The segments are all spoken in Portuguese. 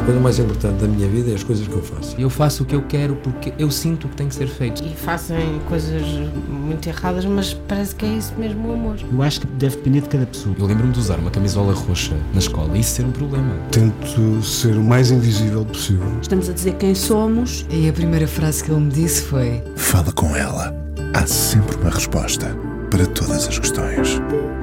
coisa mais importante da minha vida é as coisas que eu faço. Eu faço o que eu quero porque eu sinto que tem que ser feito. E fazem coisas muito erradas, mas parece que é isso mesmo o amor. Eu acho que deve depender de cada pessoa. Eu lembro-me de usar uma camisola roxa na escola e isso ser um problema. Tento ser o mais invisível possível. Estamos a dizer quem somos. E a primeira frase que ele me disse foi: fala com ela. Há sempre uma resposta para todas as questões.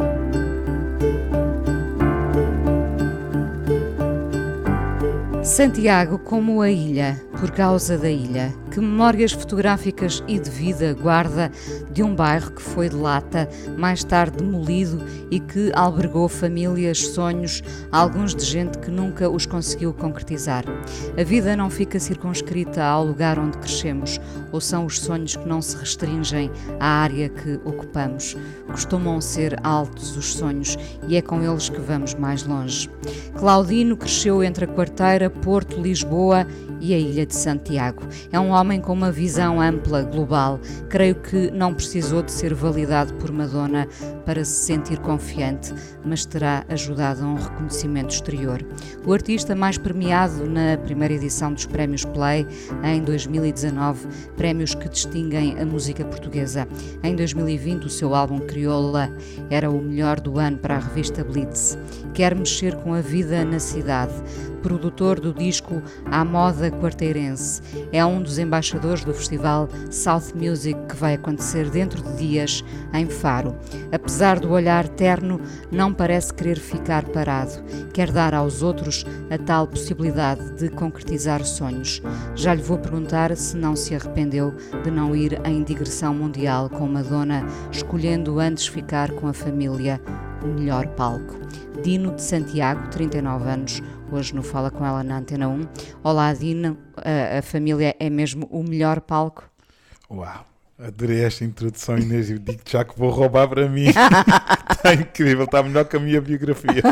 Santiago como a ilha, por causa da ilha. Que memórias fotográficas e de vida guarda de um bairro que foi de lata, mais tarde demolido e que albergou famílias, sonhos, alguns de gente que nunca os conseguiu concretizar. A vida não fica circunscrita ao lugar onde crescemos, ou são os sonhos que não se restringem à área que ocupamos. Costumam ser altos os sonhos e é com eles que vamos mais longe. Claudino cresceu entre a Quarteira, Porto, Lisboa e a Ilha de Santiago. É um homem com uma visão ampla, global. Creio que não precisou de ser validado por Madonna para se sentir confiante, mas terá ajudado a um reconhecimento exterior. O artista mais premiado na primeira edição dos Prémios Play, em 2019, prémios que distinguem a música portuguesa. Em 2020, o seu álbum Crioula era o melhor do ano para a revista Blitz. Quer mexer com a vida na cidade. Produtor do disco À Moda Quarteirense. É um dos embaixadores do festival South Music que vai acontecer dentro de dias em Faro. Apesar do olhar terno, não parece querer ficar parado. Quer dar aos outros a tal possibilidade de concretizar sonhos. Já lhe vou perguntar se não se arrependeu de não ir em digressão mundial com Madonna, escolhendo antes ficar com a família, o melhor palco. Dino de Santiago, 39 anos, hoje no Fala Com Ela na Antena 1. Olá, Dino, a família é mesmo o melhor palco? Uau, adorei esta introdução, Inês, eu digo já que vou roubar para mim. Está incrível, está melhor que a minha biografia.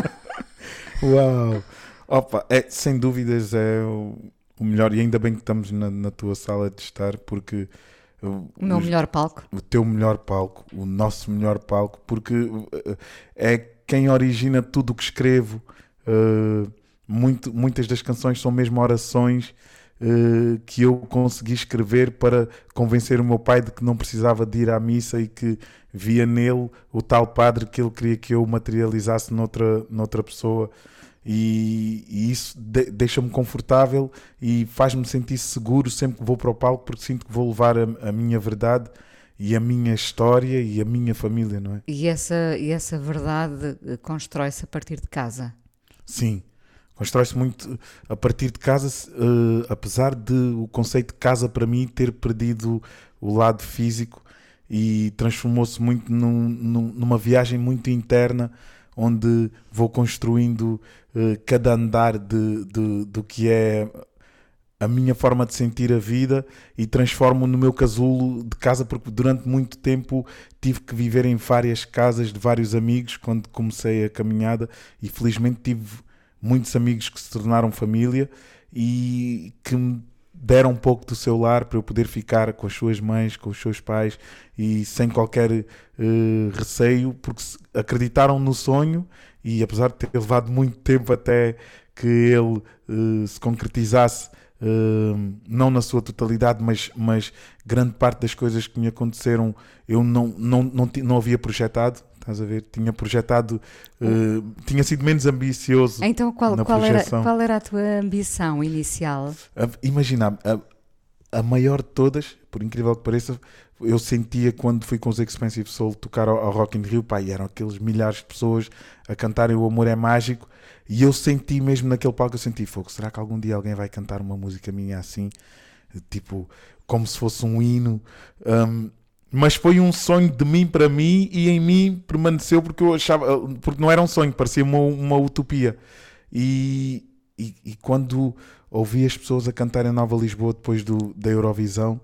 Uau, opa, sem dúvidas é o melhor, e ainda bem que estamos na tua sala de estar, porque... O meu melhor palco? O teu melhor palco, o nosso melhor palco, porque é quem origina tudo o que escrevo. Muitas das canções são mesmo orações que eu consegui escrever para convencer o meu pai de que não precisava de ir à missa e que via nele o tal padre que ele queria que eu materializasse noutra pessoa. E isso deixa-me confortável e faz-me sentir seguro sempre que vou para o palco, porque sinto que vou levar a minha verdade e a minha história e a minha família, não é? E essa verdade constrói-se a partir de casa? Sim, constrói-se muito a partir de casa, apesar de o conceito de casa para mim ter perdido o lado físico e transformou-se muito numa viagem muito interna, onde vou construindo cada andar do que é a minha forma de sentir a vida e transformo no meu casulo de casa, porque durante muito tempo tive que viver em várias casas de vários amigos quando comecei a caminhada, e felizmente tive muitos amigos que se tornaram família e que me deram um pouco do seu lar para eu poder ficar com as suas mães, com os seus pais, e sem qualquer receio, porque acreditaram no sonho, e apesar de ter levado muito tempo até que ele se concretizasse, não na sua totalidade, mas grande parte das coisas que me aconteceram eu não havia projetado. Estás a ver? Tinha projetado, tinha sido menos ambicioso. Então qual era a tua ambição inicial? Imagina, a maior de todas, por incrível que pareça, eu sentia quando fui com os Expensive Soul tocar ao Rock in Rio, pá, e eram aqueles milhares de pessoas a cantarem O Amor é Mágico, e eu senti mesmo naquele palco, eu senti, fogo, será que algum dia alguém vai cantar uma música minha assim? Tipo, como se fosse um hino. Mas foi um sonho de mim para mim, e em mim permaneceu porque eu achava, porque não era um sonho, parecia uma utopia. E quando ouvi as pessoas a cantarem Nova Lisboa depois da Eurovisão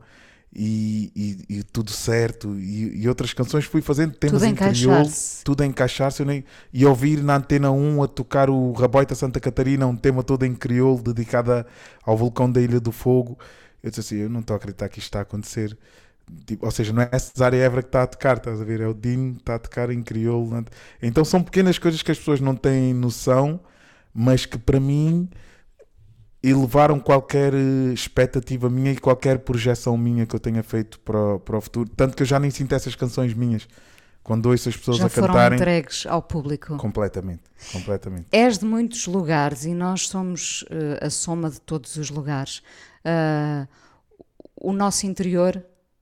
e tudo certo, e outras canções, fui fazendo temas em crioulo, tudo a encaixar-se, e ouvir na Antena 1 a tocar o Raboita Santa Catarina, um tema todo em crioulo dedicado ao vulcão da Ilha do Fogo. Eu disse assim, eu não estou a acreditar que isto está a acontecer. Tipo, ou seja, não é a Cesária Évora que está a tocar, estás a ver? É o Dino que está a tocar em crioulo. Então são pequenas coisas que as pessoas não têm noção, mas que para mim elevaram qualquer expectativa minha e qualquer projeção minha que eu tenha feito para o futuro. Tanto que eu já nem sinto essas canções minhas. Quando ouço as pessoas a cantarem... Já foram entregues ao público. Completamente. És de muitos lugares e nós somos a soma de todos os lugares. O nosso interior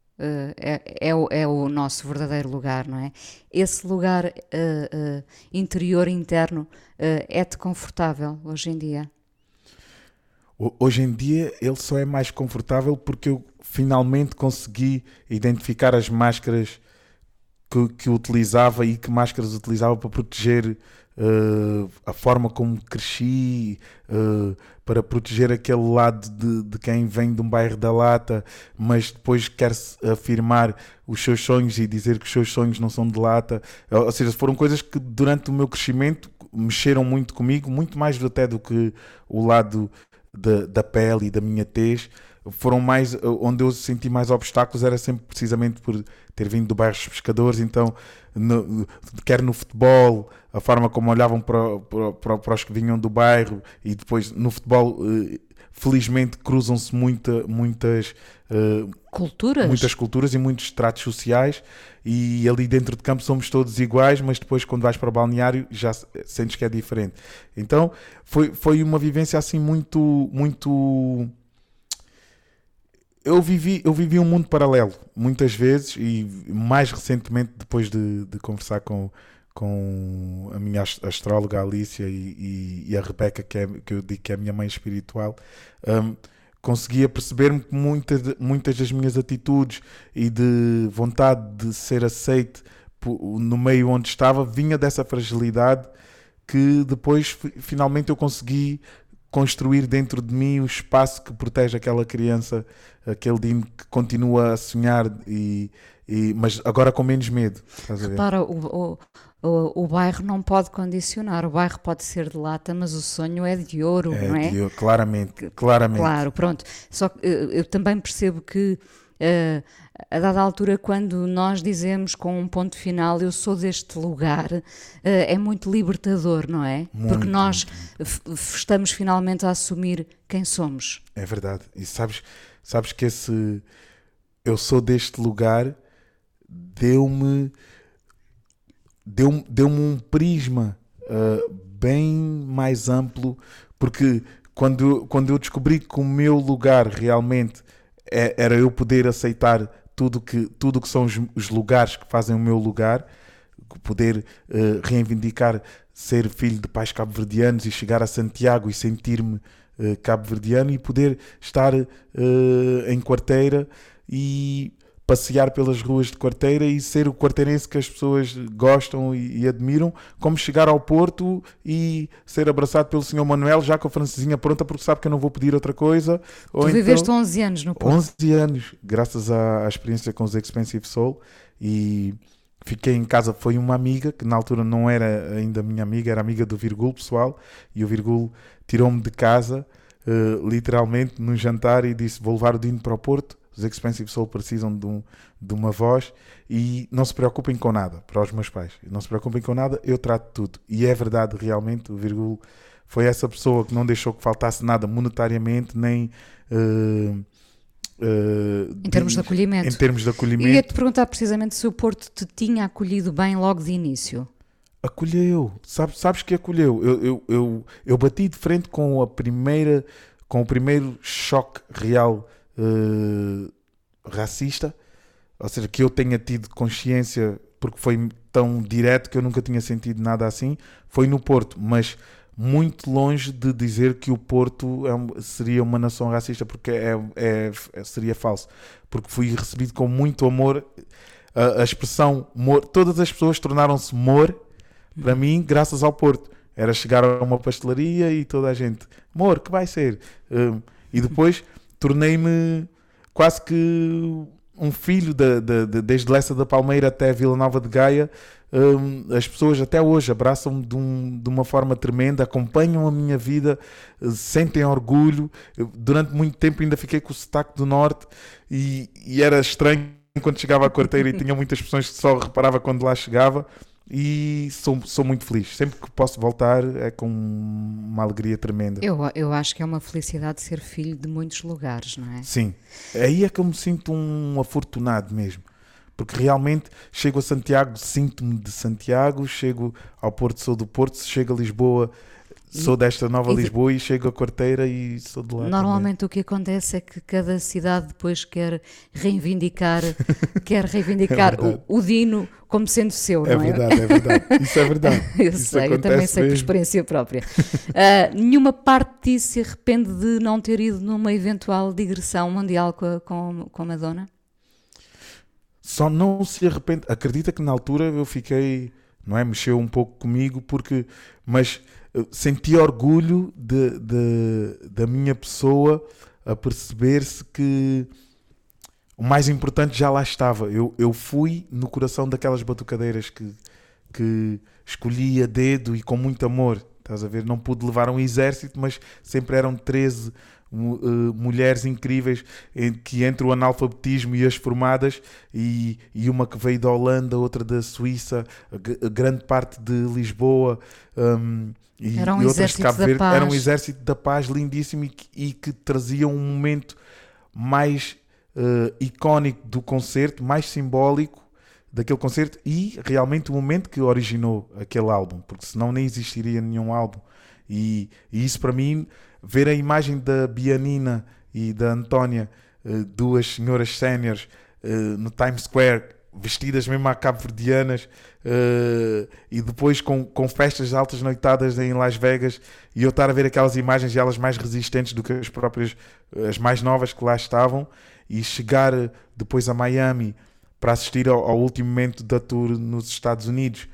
é o nosso verdadeiro lugar, não é? Esse lugar interior, interno, é-te confortável hoje em dia? Hoje em dia ele só é mais confortável porque eu finalmente consegui identificar as máscaras que utilizava e que máscaras utilizava para proteger a forma como cresci, para proteger aquele lado de quem vem de um bairro da Lata, mas depois quer afirmar os seus sonhos e dizer que os seus sonhos não são de Lata. Ou seja, foram coisas que durante o meu crescimento mexeram muito comigo, muito mais até do que o lado da pele e da minha tez. Foram mais, onde eu senti mais obstáculos era sempre precisamente por ter vindo do bairro dos pescadores, então quer no futebol, a forma como olhavam para os que vinham do bairro, e depois no futebol felizmente cruzam-se muitas culturas e muitos estratos sociais, e ali dentro de campo somos todos iguais, mas depois quando vais para o balneário já sentes que é diferente. Então foi uma vivência assim muito... Eu vivi um mundo paralelo, muitas vezes, e mais recentemente, depois de conversar com a minha astróloga Alicia e a Rebeca, que eu digo que é a minha mãe espiritual, conseguia perceber-me que muitas das minhas atitudes e de vontade de ser aceite no meio onde estava, vinha dessa fragilidade que depois, finalmente, eu consegui construir dentro de mim o espaço que protege aquela criança, aquele Dino que continua a sonhar, mas agora com menos medo. Repara, o bairro não pode condicionar, o bairro pode ser de lata, mas o sonho é de ouro, não é? De ouro, claramente. Claro, pronto. Só que eu também percebo que a dada altura, quando nós dizemos com um ponto final, eu sou deste lugar, é muito libertador, não é? Porque nós estamos finalmente a assumir quem somos. É verdade. E sabes que esse eu sou deste lugar deu-me um prisma bem mais amplo, porque quando eu descobri que o meu lugar realmente era eu poder aceitar tudo que são os lugares que fazem o meu lugar, poder reivindicar ser filho de pais cabo-verdianos e chegar a Santiago e sentir-me cabo-verdiano e poder estar em Quarteira e passear pelas ruas de Quarteira e ser o quarteirense que as pessoas gostam e admiram, como chegar ao Porto e ser abraçado pelo Sr. Manuel, já com a francesinha pronta, porque sabe que eu não vou pedir outra coisa. Tu viveste 11 anos no Porto. 11 anos, graças à experiência com os Expensive Soul, e fiquei em casa. Foi uma amiga, que na altura não era ainda minha amiga, era amiga do Virgul, pessoal, e o Virgul tirou-me de casa, literalmente, num jantar, e disse: vou levar o Dino para o Porto, os Expensive Soul precisam de uma voz, e não se preocupem com nada, para os meus pais, não se preocupem com nada, eu trato tudo. E é verdade, realmente, o Virgul foi essa pessoa que não deixou que faltasse nada monetariamente, nem em termos de acolhimento. E ia-te perguntar precisamente se o Porto te tinha acolhido bem logo de início. Acolheu, sabes que acolheu. Eu bati de frente com o primeiro choque real racista, ou seja, que eu tenha tido consciência, porque foi tão direto que eu nunca tinha sentido nada assim. Foi no Porto, mas muito longe de dizer que o Porto seria uma nação racista, porque seria falso, porque fui recebido com muito amor. A expressão mor, todas as pessoas tornaram-se mor para mim graças ao Porto. Era chegar a uma pastelaria e toda a gente: mor, que vai ser? E depois tornei-me quase que um filho desde Lessa da Palmeira até Vila Nova de Gaia. As pessoas até hoje abraçam-me de uma forma tremenda, acompanham a minha vida, sentem orgulho. Durante muito tempo ainda fiquei com o sotaque do Norte e era estranho quando chegava à Quarteira e tinha muitas expressões que só reparava quando lá chegava. e sou muito feliz. Sempre que posso voltar é com uma alegria tremenda. Eu acho que é uma felicidade ser filho de muitos lugares, não é? Sim, aí é que eu me sinto um afortunado mesmo, porque realmente chego a Santiago, sinto-me de Santiago, chego ao Porto, sou do Porto, chego a Lisboa, sou desta nova Lisboa, e chego a Quarteira e sou de lá. Normalmente também. O que acontece é que cada cidade depois quer reivindicar o dino como sendo seu, não é? É verdade. Isso é verdade. Eu também sei por experiência própria. Nenhuma parte de ti se arrepende de não ter ido numa eventual digressão mundial com a Madonna? Só não se arrepende. Acredita que na altura eu fiquei, não é? Mexeu um pouco comigo, mas senti orgulho da minha pessoa a perceber-se que o mais importante já lá estava. Eu fui no coração daquelas batucadeiras que escolhi a dedo e com muito amor. Estás a ver? Não pude levar um exército, mas sempre eram 13 mulheres incríveis, que entre o analfabetismo e as formadas, e uma que veio da Holanda, outra da Suíça, grande parte de Lisboa, e outras de Cabo Verde. Era um exército da paz lindíssimo e que trazia um momento mais icónico do concerto, mais simbólico daquele concerto, e realmente o momento que originou aquele álbum, porque senão nem existiria nenhum álbum. E isso para mim, ver a imagem da Bianina e da Antónia, duas senhoras séniores no Times Square, vestidas mesmo a cabo-verdianas, e depois com festas de altas noitadas em Las Vegas, e eu estar a ver aquelas imagens e elas mais resistentes do que as próprias, as mais novas que lá estavam, e chegar depois a Miami para assistir ao último momento da tour nos Estados Unidos,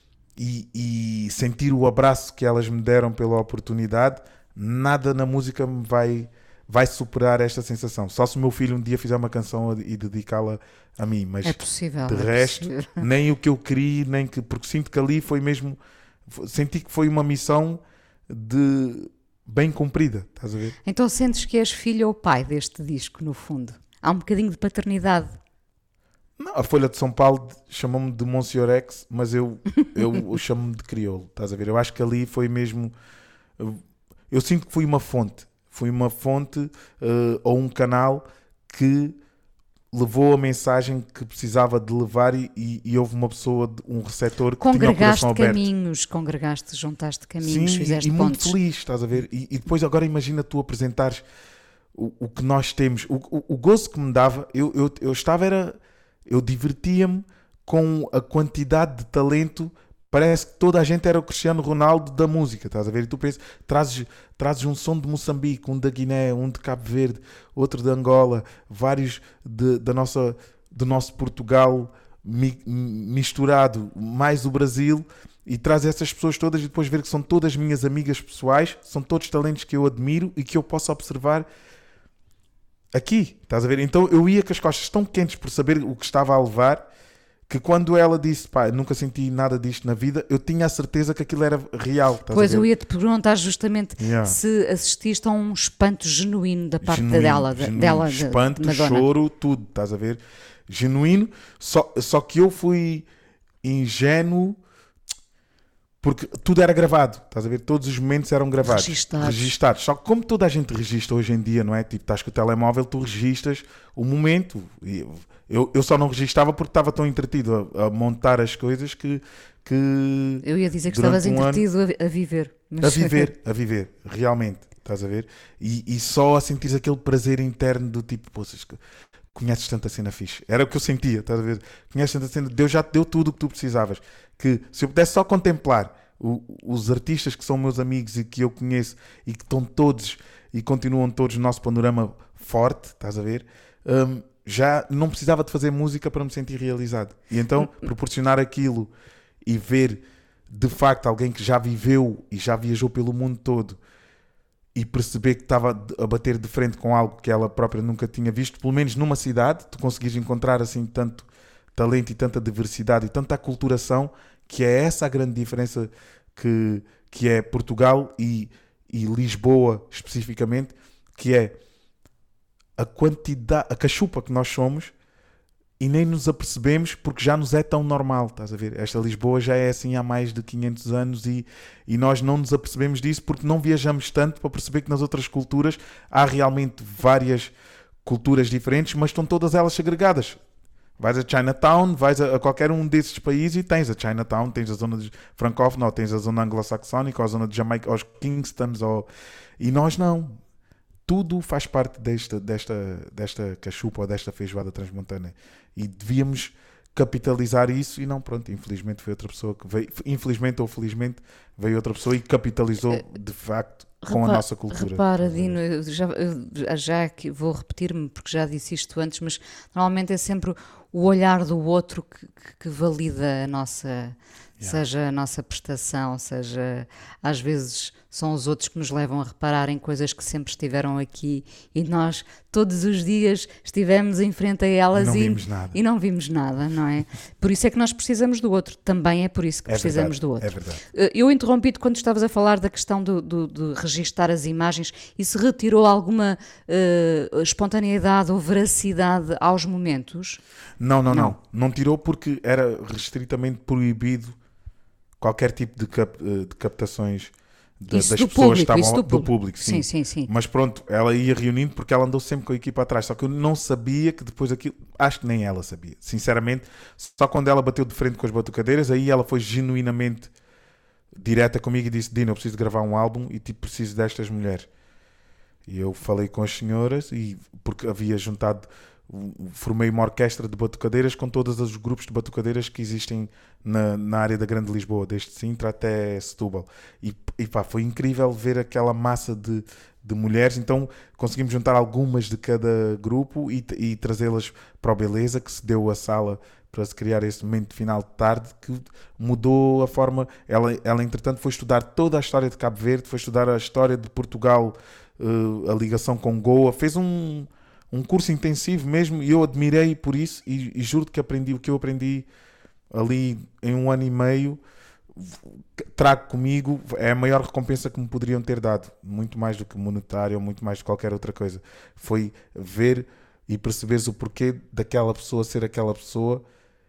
e sentir o abraço que elas me deram pela oportunidade. Nada na música me vai superar esta sensação. Só se o meu filho um dia fizer uma canção e dedicá-la a mim, mas é possível, de resto, nem o que eu queria, porque sinto que ali foi mesmo, senti que foi uma missão bem cumprida, estás a ver? Então sentes que és filho ou pai deste disco, no fundo? Há um bocadinho de paternidade? Não, a Folha de São Paulo chamou-me de Monsieur X, mas eu chamo-me de crioulo, estás a ver? Eu acho que ali foi mesmo... Eu sinto que fui uma fonte ou um canal que levou a mensagem que precisava de levar, e houve uma pessoa, um receptor que tinha o coração aberto. Congregaste, juntaste caminhos, sim, fizeste e pontes. Muito feliz, estás a ver? E depois agora imagina tu apresentares o que nós temos, o gozo que me dava. Eu divertia-me com a quantidade de talento. Parece que toda a gente era o Cristiano Ronaldo da música, estás a ver? E tu pensas, trazes um som de Moçambique, um da Guiné, um de Cabo Verde, outro de Angola, vários do nosso Portugal misturado, mais o Brasil, e traz essas pessoas todas, e depois ver que são todas minhas amigas pessoais, são todos talentos que eu admiro e que eu posso observar aqui, estás a ver? Então eu ia com as costas tão quentes por saber o que estava a levar, que quando ela disse, pá, nunca senti nada disto na vida, eu tinha a certeza que aquilo era real. Pois, eu ia-te perguntar justamente se assististe a um espanto genuíno da parte dela. Espanto, Madonna. Choro, tudo, estás a ver? Genuíno, só que eu fui ingênuo, porque tudo era gravado, estás a ver? Todos os momentos eram gravados. Registados. Só que como toda a gente registra hoje em dia, não é? Tipo, estás com o telemóvel, tu registras o momento. Eu só não registava porque estava tão entretido a montar as coisas que eu ia dizer que estavas entretido a viver. Mas... A viver, realmente, estás a ver? E só a sentir aquele prazer interno do tipo, poças, conheces tanta cena fixe. Era o que eu sentia, estás a ver? Conheces tanta cena, Deus já te deu tudo o que tu precisavas. Que se eu pudesse só contemplar os artistas que são meus amigos e que eu conheço e que estão todos e continuam todos no nosso panorama forte, estás a ver? Já não precisava de fazer música para me sentir realizado. E então proporcionar aquilo e ver de facto alguém que já viveu e já viajou pelo mundo todo e perceber que estava a bater de frente com algo que ela própria nunca tinha visto, pelo menos numa cidade, tu conseguires encontrar assim tanto talento e tanta diversidade e tanta aculturação, que é essa a grande diferença que é Portugal e Lisboa especificamente, que é a quantidade, a cachupa que nós somos, e nem nos apercebemos porque já nos é tão normal, estás a ver? Esta Lisboa já é assim há mais de 500 anos e nós não nos apercebemos disso porque não viajamos tanto para perceber que nas outras culturas há realmente várias culturas diferentes, mas estão todas elas segregadas. Vais a Chinatown, vais a qualquer um desses países e tens a Chinatown, tens a zona francófona, ou tens a zona anglo-saxónica, ou a zona de Jamaica, ou os Kingstons, e nós não. Tudo faz parte desta cachupa ou desta feijoada transmontana. E devíamos capitalizar isso e não, pronto, infelizmente foi outra pessoa que veio, infelizmente ou felizmente, veio outra pessoa e capitalizou de facto com a nossa cultura. Repara, Dino, eu já vou repetir-me porque já disse isto antes, mas normalmente é sempre o olhar do outro que valida a nossa, seja a nossa prestação, seja às vezes são os outros que nos levam a reparar em coisas que sempre estiveram aqui e nós todos os dias estivemos em frente a elas e não vimos nada, não é? Por isso é que nós precisamos do outro, também é por isso que precisamos do outro. É verdade. Eu interrompi-te quando estavas a falar da questão de registar as imagens e se retirou alguma espontaneidade ou veracidade aos momentos? Não tirou porque era restritamente proibido qualquer tipo de captações das pessoas que estavam do público. Sim. Mas pronto, ela ia reunindo porque ela andou sempre com a equipa atrás, só que eu não sabia que depois daquilo, acho que nem ela sabia, sinceramente, só quando ela bateu de frente com as batucadeiras, aí ela foi genuinamente direta comigo e disse: Dino, eu preciso gravar um álbum e preciso destas mulheres. E eu falei com as senhoras, e porque havia juntado, formei uma orquestra de batucadeiras com todos os grupos de batucadeiras que existem na área da Grande Lisboa, desde Sintra até Setúbal. E pá, foi incrível ver aquela massa de mulheres. Então conseguimos juntar algumas de cada grupo e trazê-las para o Beleza, que se deu a sala para se criar esse momento de final de tarde que mudou a forma. Ela entretanto foi estudar toda a história de Cabo Verde, foi estudar a história de Portugal, a ligação com Goa, fez um curso intensivo mesmo, e eu admirei por isso e juro que aprendi o que eu aprendi ali em 1 ano e meio, trago comigo, é a maior recompensa que me poderiam ter dado, muito mais do que monetário ou muito mais de qualquer outra coisa. Foi ver e perceberes o porquê daquela pessoa ser aquela pessoa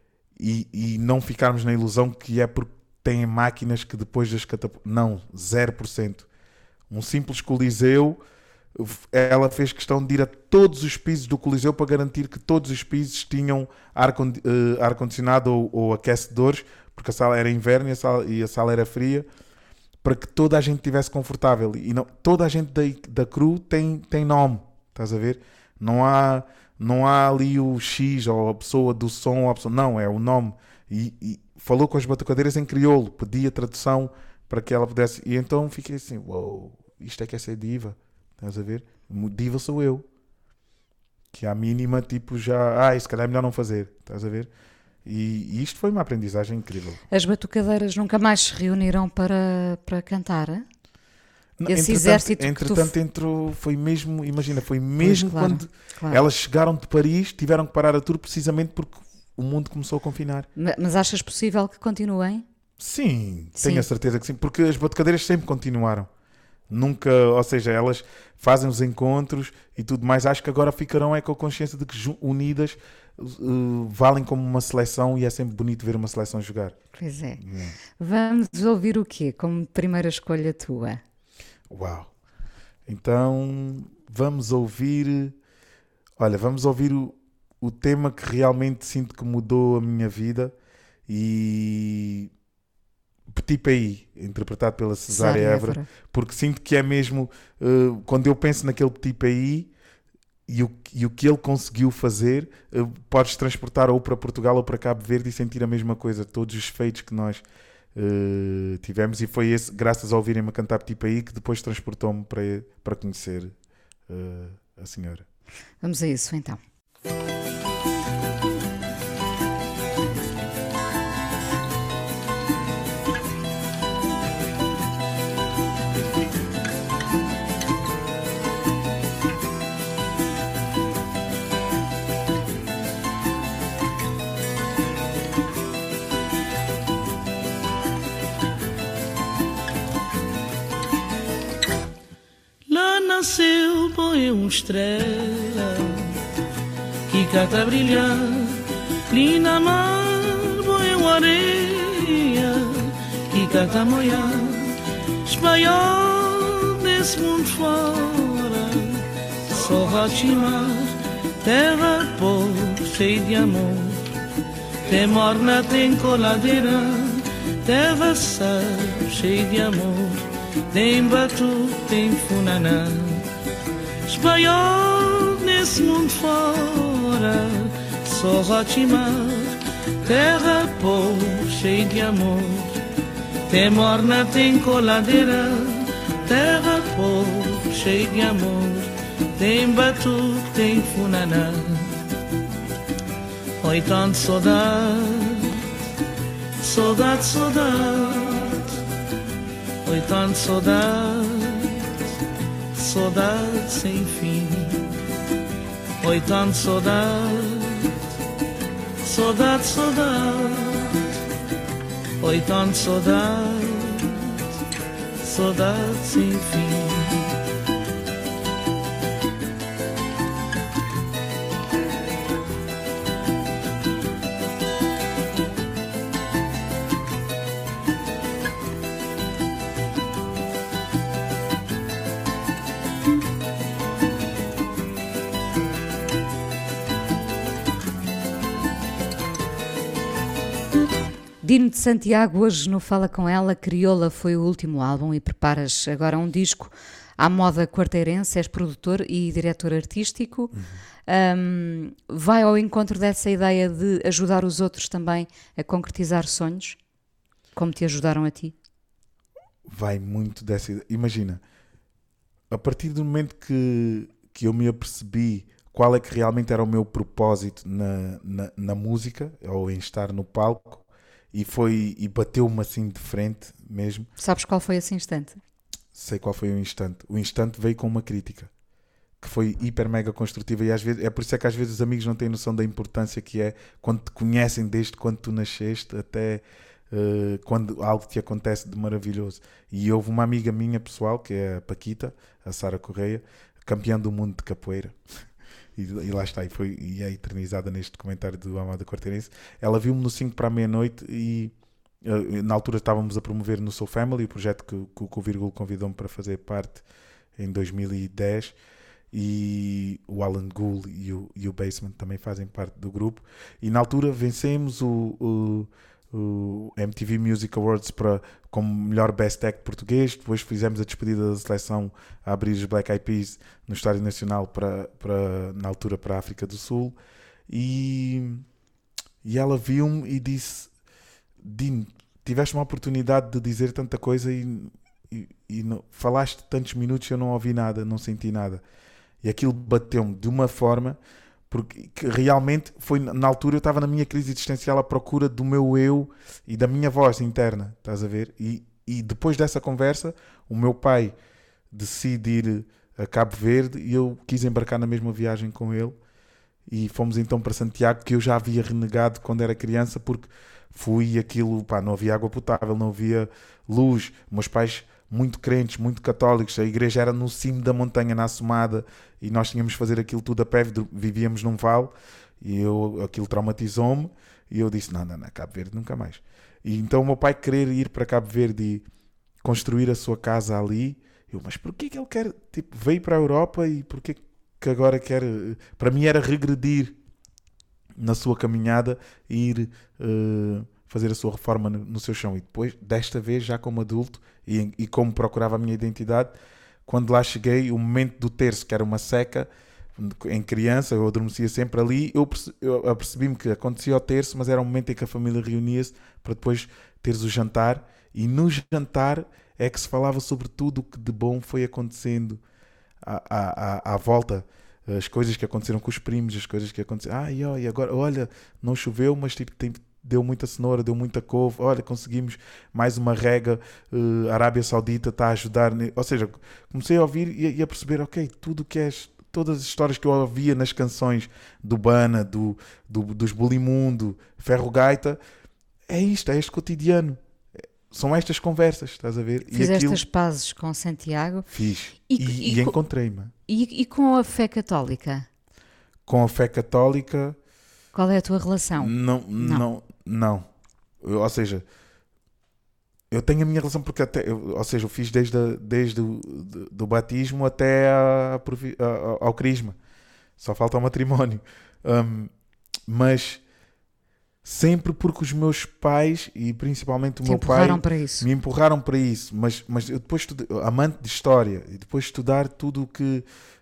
e não ficarmos na ilusão que é porque têm máquinas que depois das catapultas. Não, 0%. Um simples coliseu, ela fez questão de ir a todos os pisos do Coliseu para garantir que todos os pisos tinham ar-condicionado ou aquecedores, porque a sala era inverno e a sala era fria, para que toda a gente estivesse confortável. E não, toda a gente da crew tem nome, estás a ver? Não há ali o X ou a pessoa do som, ou a pessoa, não, é o nome. E falou com as batucadeiras em crioulo, pedia tradução para que ela pudesse. E então fiquei assim, uou, isto é que é ser diva. Estás a ver? Diva sou eu. Que à mínima, tipo, já... se calhar é melhor não fazer. Estás a ver? E isto foi uma aprendizagem incrível. As batucadeiras nunca mais se reuniram para cantar? Esse exército entretanto entrou, foi mesmo... Imagina, foi mesmo quando elas chegaram de Paris, tiveram que parar a tour precisamente porque o mundo começou a confinar. Mas achas possível que continuem? Sim, tenho a certeza que sim. Porque as batucadeiras sempre continuaram. Nunca, ou seja, elas fazem os encontros e tudo mais. Acho que agora ficarão com a consciência de que unidas valem como uma seleção, e é sempre bonito ver uma seleção jogar. Pois é. Vamos ouvir o quê como primeira escolha tua? Uau! Então vamos ouvir o tema que realmente sinto que mudou a minha vida, e Petit Pays, interpretado pela Cesária Évora, porque sinto que é mesmo, quando eu penso naquele Petit Pays e o que ele conseguiu fazer, podes transportar ou para Portugal ou para Cabo Verde e sentir a mesma coisa, todos os feitos que nós tivemos, e foi esse, graças a ouvirem-me cantar Petit Pays, que depois transportou-me para conhecer a senhora. Vamos a isso então. Nasceu, põe uma estrela que cá está a brilhar Lina mar, boa areia, que cacamoia, espanhol desse mundo fora, só Rotimar, terra pobre, cheia de amor, tem morna, tem coladeira, terra sal, cheia de amor, tem batu, tem funaná, espanhol nesse mundo fora, só Rotimar, terra pobre, cheia de amor, tem morna, tem coladeira, terra pobre, cheia de amor, tem batu, tem funaná. Oi, tanto saudade, saudade, saudade. Oi, tanto saudade, saudade sem fim. Oi, tanto saudade, saudade, saudade. Oi, tanto saudade, saudade sem fim. Dino de Santiago, hoje no Fala Com Ela. Crioula foi o último álbum e preparas agora um disco à moda quarteirense. És produtor e diretor artístico. Vai ao encontro dessa ideia de ajudar os outros também a concretizar sonhos, como te ajudaram a ti? Vai muito dessa ideia. Imagina, a partir do momento que eu me apercebi qual é que realmente era o meu propósito na música, ou em estar no palco, e bateu-me assim de frente mesmo. Sabes qual foi esse instante? Sei qual foi o instante. O instante veio com uma crítica que foi hiper mega construtiva, e às vezes é por isso é que às vezes os amigos não têm noção da importância que é quando te conhecem desde quando tu nasceste até quando algo te acontece de maravilhoso. E houve uma amiga minha pessoal, que é a Paquita, a Sara Correia, campeã do mundo de capoeira. E lá está, e é eternizada neste documentário do Amada Quarteirense. Ela viu-me no 5 para a meia-noite e na altura estávamos a promover no Soul Family, o projeto que o Virgul convidou-me para fazer parte em 2010, e o Alan Gould e o Basement também fazem parte do grupo, e na altura vencemos o MTV Music Awards como melhor Best Act português. Depois fizemos a despedida da seleção a abrir os Black Eyed Peas no Estádio Nacional na altura para a África do Sul, e ela viu-me e disse: Dino, tiveste uma oportunidade de dizer tanta coisa e não, falaste tantos minutos e eu não ouvi nada, não senti nada. E aquilo bateu-me de uma forma, porque realmente foi na altura eu estava na minha crise existencial à procura do meu eu e da minha voz interna, estás a ver? E depois dessa conversa, o meu pai decide ir a Cabo Verde e eu quis embarcar na mesma viagem com ele, e fomos então para Santiago, que eu já havia renegado quando era criança, porque fui aquilo, não havia água potável, não havia luz, meus pais muito crentes, muito católicos, a igreja era no cimo da montanha, na Assomada, e nós tínhamos de fazer aquilo tudo a pé, vivíamos num vale, e aquilo traumatizou-me, e eu disse, não, Cabo Verde nunca mais. E então o meu pai querer ir para Cabo Verde e construir a sua casa ali, mas porquê que ele quer, veio para a Europa e porquê que agora quer, para mim era regredir na sua caminhada e ir fazer a sua reforma no seu chão. E depois, desta vez, já como adulto e como procurava a minha identidade, quando lá cheguei, o momento do terço, que era uma seca, em criança, eu adormecia sempre ali, eu apercebi-me que acontecia o terço, mas era um momento em que a família reunia-se para depois teres o jantar, e no jantar é que se falava sobre tudo o que de bom foi acontecendo à volta, as coisas que aconteceram com os primos, as coisas que aconteceram, e agora, olha, não choveu, mas deu muita cenoura, deu muita couve, olha, conseguimos mais uma rega, a Arábia Saudita está a ajudar, ou seja, comecei a ouvir e a perceber, ok, todas as histórias que eu ouvia nas canções do Bana, dos Bulimundo, Ferro Gaita, é isto, é este cotidiano. São estas conversas, estás a ver? Fizeste as pazes com Santiago? Fiz. E encontrei-me. E com a fé católica? Com a fé católica, Qual é a tua relação? Não. Ou seja, eu tenho a minha relação porque eu fiz desde do batismo até ao crisma. Só falta o matrimónio. Mas sempre porque os meus pais, e principalmente o meu pai, me empurraram para isso. Mas eu depois, amante de história, e depois estudar tudo o que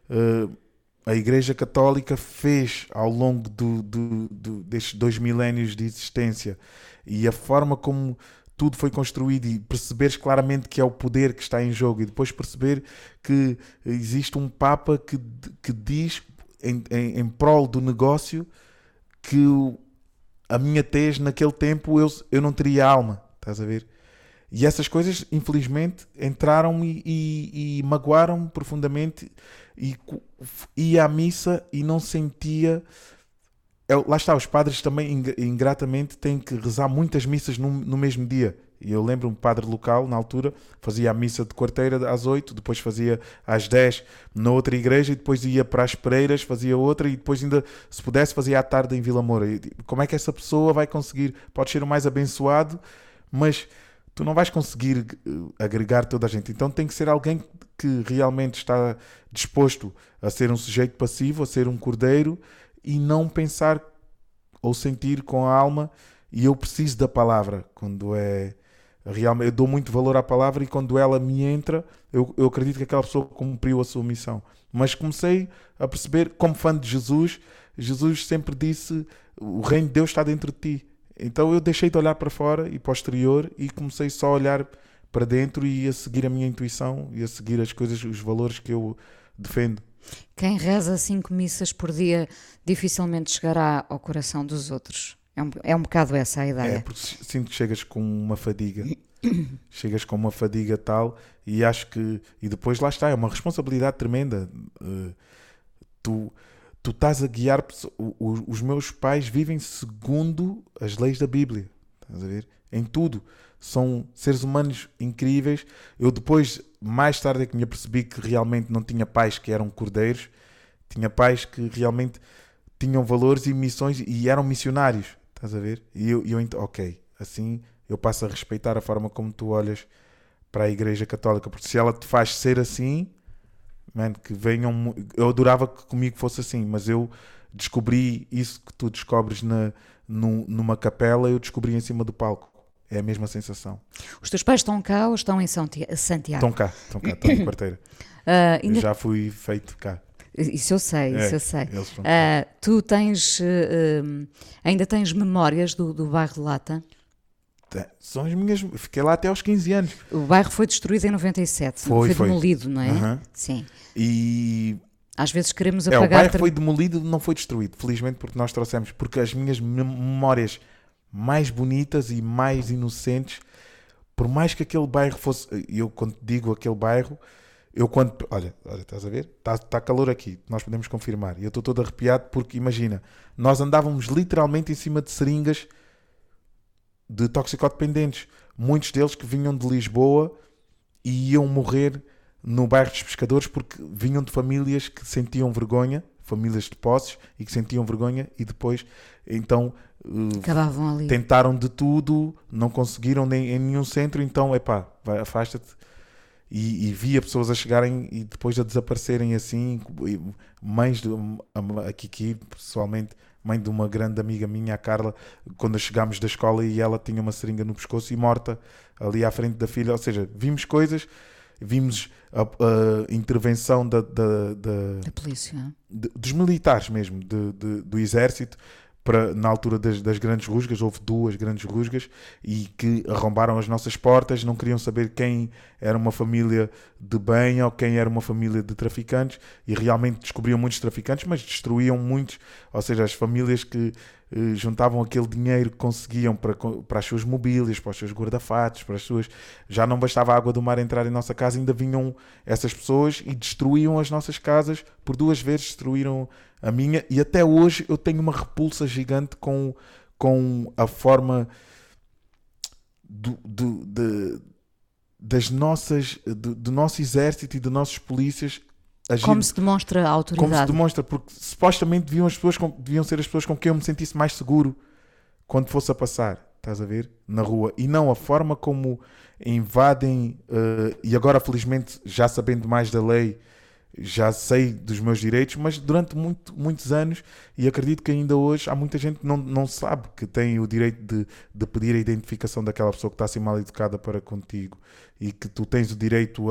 a Igreja Católica fez ao longo destes 2 milénios de existência, e a forma como tudo foi construído, e perceberes claramente que é o poder que está em jogo, e depois perceber que existe um Papa que diz em prol do negócio que a minha tez naquele tempo eu não teria alma, estás a ver? E essas coisas, infelizmente, entraram e magoaram-me profundamente, e ia à missa e não sentia... Lá está, os padres também, ingratamente, têm que rezar muitas missas no mesmo dia. E eu lembro um padre local, na altura, fazia a missa de quarteira às 8, depois fazia às 10 na outra igreja, e depois ia para as Pereiras, fazia outra, e depois ainda, se pudesse, fazia à tarde em Vila Moura. E como é que essa pessoa vai conseguir? Pode ser o mais abençoado, mas tu não vais conseguir agregar toda a gente. Então tem que ser alguém que realmente está disposto a ser um sujeito passivo, a ser um cordeiro, e não pensar ou sentir com a alma. E eu preciso da palavra quando é realmente, eu dou muito valor à palavra, e quando ela me entra, eu acredito que aquela pessoa cumpriu a sua missão. Mas comecei a perceber, como fã de Jesus sempre disse: o reino de Deus está dentro de ti. Então eu deixei de olhar para fora e para o exterior, e comecei só a olhar para dentro e a seguir a minha intuição e a seguir as coisas, os valores que eu defendo. Quem reza 5 missas por dia dificilmente chegará ao coração dos outros. É um bocado essa a ideia. É, porque sinto que chegas com uma fadiga. Chegas com uma fadiga tal, e acho que... E depois lá está, é uma responsabilidade tremenda. Tu estás a guiar... Os meus pais vivem segundo as leis da Bíblia. Estás a ver? Em tudo. São seres humanos incríveis. Eu depois, mais tarde, é que me apercebi que realmente não tinha pais que eram cordeiros. Tinha pais que realmente tinham valores e missões e eram missionários. Estás a ver? E eu ok, assim eu passo a respeitar a forma como tu olhas para a Igreja Católica, porque se ela te faz ser assim, man, que venham... Eu adorava que comigo fosse assim, mas eu descobri isso que tu descobres numa capela, eu descobri em cima do palco. É a mesma sensação. Os teus pais estão cá ou estão em Santiago? Estão cá, estão em quarteira. Já fui feito cá. Isso eu sei. Tu tens, ainda tens memórias do bairro de Lata? São as minhas... Fiquei lá até aos 15 anos. O bairro foi destruído em 97. Foi demolido, não é? Uhum. Sim. E... Às vezes queremos apagar... O bairro foi demolido, não foi destruído. Felizmente, porque nós trouxemos... Porque as minhas memórias mais bonitas e mais inocentes, por mais que aquele bairro fosse... Eu, quando digo aquele bairro... Olha, estás a ver? Está calor aqui, nós podemos confirmar. E eu estou todo arrepiado porque, imagina, nós andávamos literalmente em cima de seringas de toxicodependentes. Muitos deles que vinham de Lisboa e iam morrer no bairro dos Pescadores porque vinham de famílias que sentiam vergonha, famílias de posses, e que sentiam vergonha, e depois, então, acabavam ali. Tentaram de tudo, não conseguiram em nenhum centro, então, afasta-te. E via pessoas a chegarem e depois a desaparecerem assim. Mães a Kiki, pessoalmente, mãe de uma grande amiga minha, a Carla, quando chegámos da escola e ela tinha uma seringa no pescoço e morta ali à frente da filha. Ou seja, vimos coisas, vimos a intervenção da polícia, dos militares mesmo, do exército. Na altura das grandes rusgas, houve 2 grandes rusgas e que arrombaram as nossas portas, não queriam saber quem era uma família de bem ou quem era uma família de traficantes, e realmente descobriam muitos traficantes, mas destruíam muitos, ou seja, as famílias que juntavam aquele dinheiro que conseguiam para as suas mobílias, para os seus guarda-fatos, para as suas... Já não bastava a água do mar entrar em nossa casa, ainda vinham essas pessoas e destruíam as nossas casas. Por 2 vezes destruíram a minha, e até hoje eu tenho uma repulsa gigante com a forma do nosso exército e dos nossos polícias agir. Como se demonstra a autoridade? Como se demonstra, porque supostamente deviam ser as pessoas com quem eu me sentisse mais seguro quando fosse a passar, estás a ver, na rua. E não a forma como invadem, e agora felizmente já sabendo mais da lei, já sei dos meus direitos, mas durante muitos anos, e acredito que ainda hoje há muita gente que não sabe que tem o direito de pedir a identificação daquela pessoa que está assim mal educada para contigo, e que tu tens o direito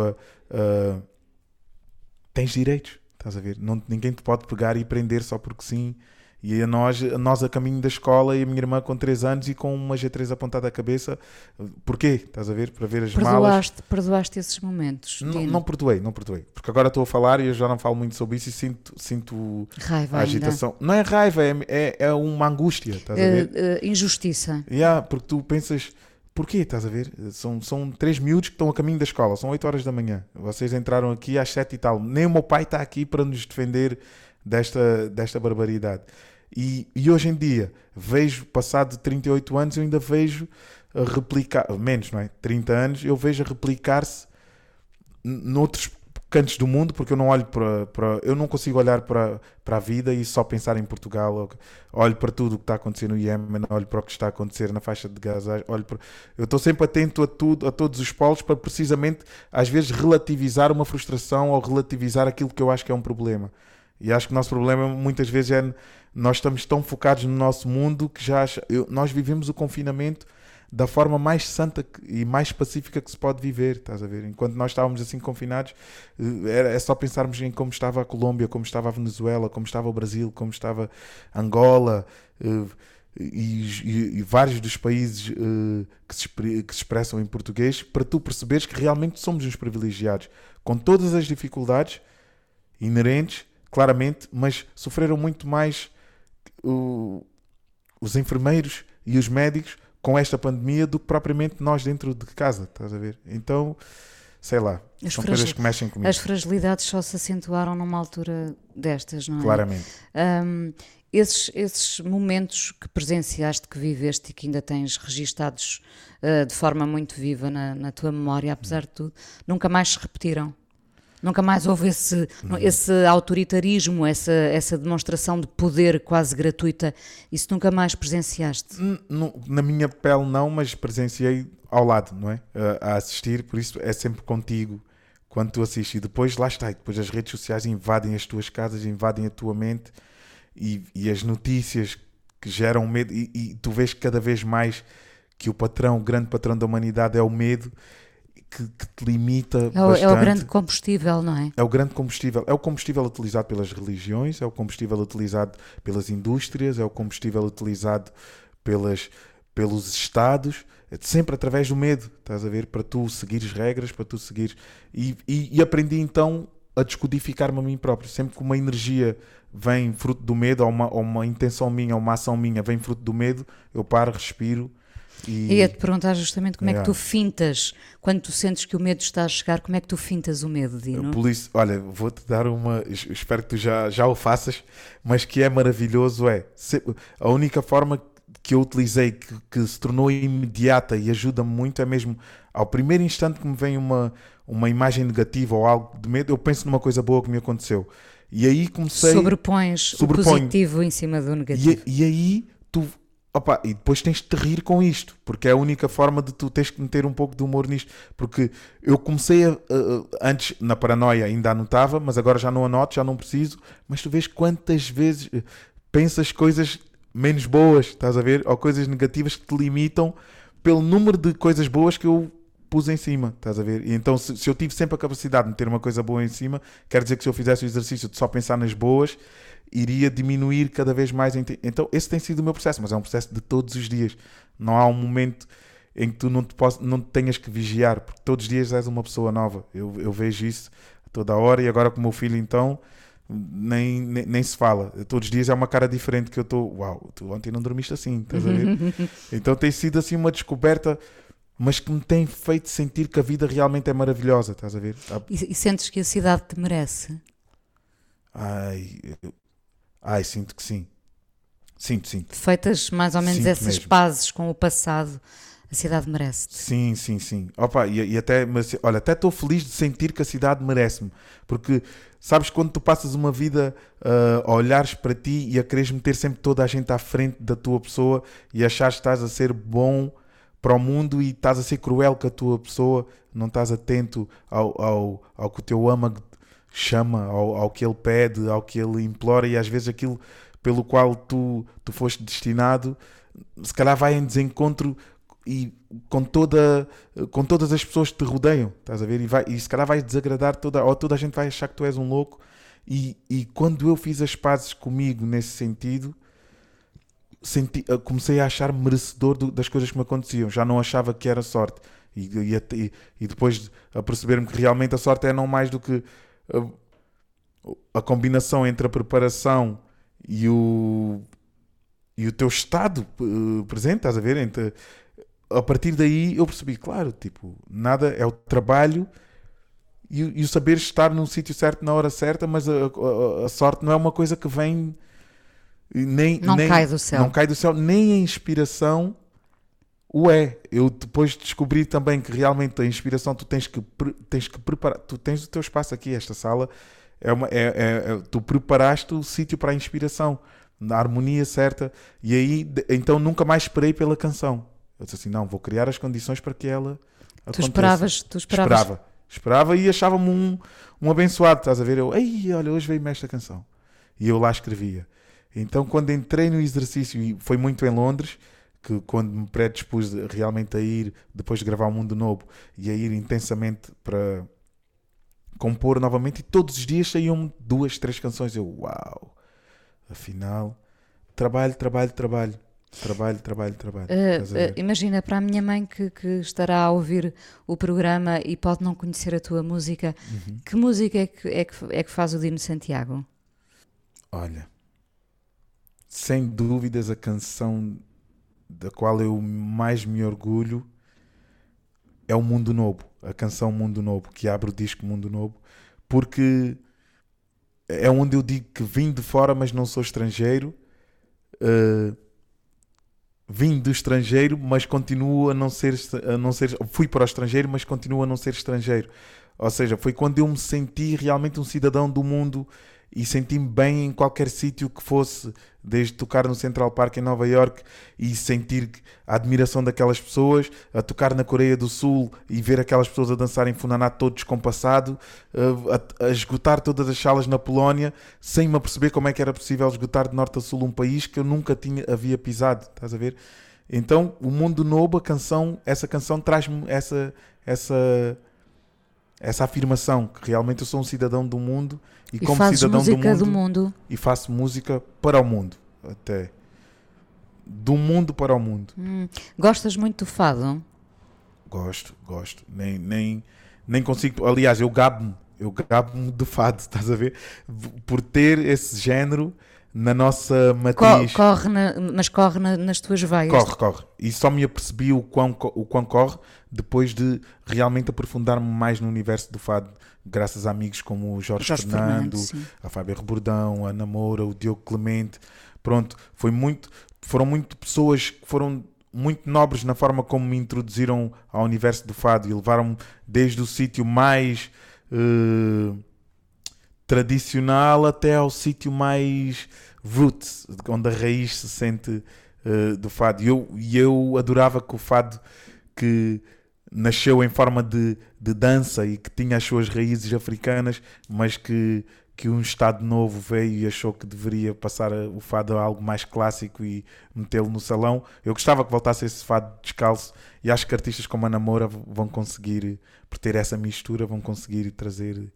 tens direitos, estás a ver? Ninguém te pode pegar e prender só porque sim. E a nós a caminho da escola, e a minha irmã com 3 anos e com uma G3 apontada à cabeça. Porquê? Estás a ver? Para ver as malas. Perdoaste esses momentos? Não perdoei. Porque agora estou a falar e eu já não falo muito sobre isso e sinto raiva a agitação. Ainda. Não é raiva, é uma angústia, estás a ver? Injustiça. Porque tu pensas, porquê? Estás a ver? São 3 miúdos que estão a caminho da escola, são 8 horas da manhã. Vocês entraram aqui às 7 e tal. Nem o meu pai está aqui para nos defender desta barbaridade. E hoje em dia, vejo, passado 38 anos, eu ainda vejo a replicar, menos, não é? 30 anos, eu vejo a replicar-se noutros cantos do mundo, porque eu não olho eu não consigo olhar para a vida e só pensar em Portugal. Olho para tudo o que está acontecendo no Iémen, olho para o que está a acontecer na faixa de Gaza, eu estou sempre atento a tudo, a todos os polos, para precisamente, às vezes, relativizar uma frustração ou relativizar aquilo que eu acho que é um problema. E acho que o nosso problema muitas vezes nós estamos tão focados no nosso mundo que nós vivemos o confinamento da forma mais santa e mais pacífica que se pode viver, estás a ver? Enquanto nós estávamos assim confinados, é só pensarmos em como estava a Colômbia, como estava a Venezuela, como estava o Brasil, como estava Angola e vários dos países que se expressam em português, para tu perceberes que realmente somos uns privilegiados, com todas as dificuldades inerentes, claramente, mas sofreram muito mais os enfermeiros e os médicos com esta pandemia do que propriamente nós dentro de casa, estás a ver? Então, sei lá, são coisas que mexem comigo. As fragilidades só se acentuaram numa altura destas, não é? Claramente. Esses momentos que presenciaste, que viveste e que ainda tens registados de forma muito viva na tua memória, apesar de tudo, nunca mais se repetiram? Nunca mais houve esse autoritarismo, essa demonstração de poder quase gratuita? Isso nunca mais presenciaste? Na minha pele não, mas presenciei ao lado, não é? A assistir, por isso é sempre contigo quando tu assistes. E depois, lá está, depois as redes sociais invadem as tuas casas, invadem a tua mente, e as notícias que geram medo, e tu vês cada vez mais que o grande patrão da humanidade é o medo, que te limita bastante. É o grande combustível, não é? É o grande combustível. É o combustível utilizado pelas religiões, é o combustível utilizado pelas indústrias, é o combustível utilizado pelos Estados, sempre através do medo, estás a ver? Para tu seguires regras, para tu seguires... E aprendi então a descodificar-me a mim próprio. Sempre que uma energia vem fruto do medo, ou uma intenção minha, ou uma ação minha vem fruto do medo, eu paro, respiro. E ia-te perguntar justamente como é que tu fintas, quando tu sentes que o medo está a chegar, como é que tu fintas o medo, Dino? Olha, vou-te dar espero que tu já o faças, mas que é maravilhoso, a única forma que eu utilizei, que se tornou imediata e ajuda-me muito, é mesmo, ao primeiro instante que me vem uma imagem negativa ou algo de medo, eu penso numa coisa boa que me aconteceu. E aí comecei... Sobrepões o positivo em cima do negativo. E aí tu... e depois tens de te rir com isto, porque é a única forma de tu teres que meter um pouco de humor nisto, porque eu comecei antes na paranoia ainda anotava, mas agora já não anoto, já não preciso, mas tu vês quantas vezes pensas coisas menos boas, estás a ver, ou coisas negativas que te limitam pelo número de coisas boas que eu pus em cima, estás a ver? E então se eu tive sempre a capacidade de meter uma coisa boa em cima, quer dizer que se eu fizesse o exercício de só pensar nas boas, iria diminuir cada vez mais. Então esse tem sido o meu processo, mas é um processo de todos os dias. Não há um momento em que tu não te tenhas que vigiar, porque todos os dias és uma pessoa nova. Eu vejo isso toda a hora, e agora com o meu filho então nem se fala. Todos os dias é uma cara diferente que eu estou, uau, tu ontem não dormiste assim, estás a ver? Então tem sido assim uma descoberta, mas que me tem feito sentir que a vida realmente é maravilhosa, estás a ver? E sentes que a cidade te merece? Sinto que sim. Sinto. Feitas mais ou menos essas pazes com o passado, A cidade merece-te. Sim. Opa, e até, mas, olha, até estou feliz de sentir que a cidade merece-me. Porque, sabes, quando tu passas uma vida a olhares para ti e a quereres meter sempre toda a gente à frente da tua pessoa e achares que estás a ser bom para o mundo e estás a ser cruel com a tua pessoa, não estás atento ao que o teu âmago chama, ao que ele pede, ao que ele implora, e às vezes aquilo pelo qual tu foste destinado, se calhar vai em desencontro e com todas as pessoas que te rodeiam, estás a ver? E se calhar vais desagradar toda a gente vai achar que tu és um louco. E quando eu fiz as pazes comigo nesse sentido, comecei a achar merecedor das coisas que me aconteciam. Já não achava que era sorte. E depois a perceber-me que realmente a sorte é não mais do que a combinação entre a preparação e o teu estado presente, estás a ver? A partir daí eu percebi, claro, tipo, nada é o trabalho e o saber estar no sítio certo na hora certa, mas a sorte não é uma coisa que vem Não cai do céu. Não cai do céu, nem a inspiração o é. Eu depois descobri também que realmente a inspiração tu tens que preparar, tu tens o teu espaço aqui, esta sala tu preparaste o sítio para a inspiração, na harmonia certa, e aí então nunca mais esperei pela canção. Eu disse assim, não, vou criar as condições para que ela aconteça. Tu esperavas? Esperava e achava-me um abençoado, estás a ver? Olha, hoje veio-me esta canção. E eu lá escrevia. Então, quando entrei no exercício, e foi muito em Londres, que quando me predispus realmente a ir, depois de gravar O Mundo Novo, e a ir intensamente para compor novamente, e todos os dias saíam 2, 3 canções. Eu, uau! Afinal, trabalho. Imagina, para a minha mãe que estará a ouvir o programa e pode não conhecer a tua música, que música é que faz o Dino Santiago? Olha, sem dúvidas a canção da qual eu mais me orgulho é o Mundo Novo, a canção Mundo Novo, que abre o disco Mundo Novo, porque é onde eu digo que vim de fora, mas não sou estrangeiro. Vim do estrangeiro, mas continuo a não ser. Fui para o estrangeiro, mas continuo a não ser estrangeiro. Ou seja, foi quando eu me senti realmente um cidadão do mundo e senti-me bem em qualquer sítio que fosse, desde tocar no Central Park em Nova York e sentir a admiração daquelas pessoas, a tocar na Coreia do Sul e ver aquelas pessoas a dançar em Funaná todo descompassado, a esgotar todas as salas na Polónia, sem me aperceber como é que era possível esgotar de norte a sul um país que eu nunca havia pisado, estás a ver? Então, o Mundo Novo, essa canção traz-me essa afirmação, que realmente eu sou um cidadão do mundo e como cidadão do mundo e faço música para o mundo, até do mundo para o mundo. Gostas muito do fado? Gosto, nem consigo, aliás, eu gabo-me de fado, estás a ver, por ter esse género na nossa matriz. Corre nas tuas veias. Corre. E só me apercebi o quão corre depois de realmente aprofundar-me mais no universo do fado, graças a amigos como o Jorge Fernando, a Fábio Rebordão, a Ana Moura, o Diogo Clemente. Pronto, foram muito pessoas que foram muito nobres na forma como me introduziram ao universo do fado e levaram-me desde o sítio mais tradicional até ao sítio mais roots, onde a raiz se sente do fado. E eu adorava que o fado, que nasceu em forma de dança e que tinha as suas raízes africanas, mas que um Estado novo veio e achou que deveria passar o fado a algo mais clássico e metê-lo no salão. Eu gostava que voltasse esse fado descalço, e acho que artistas como a Ana Moura vão conseguir, por ter essa mistura, vão conseguir trazer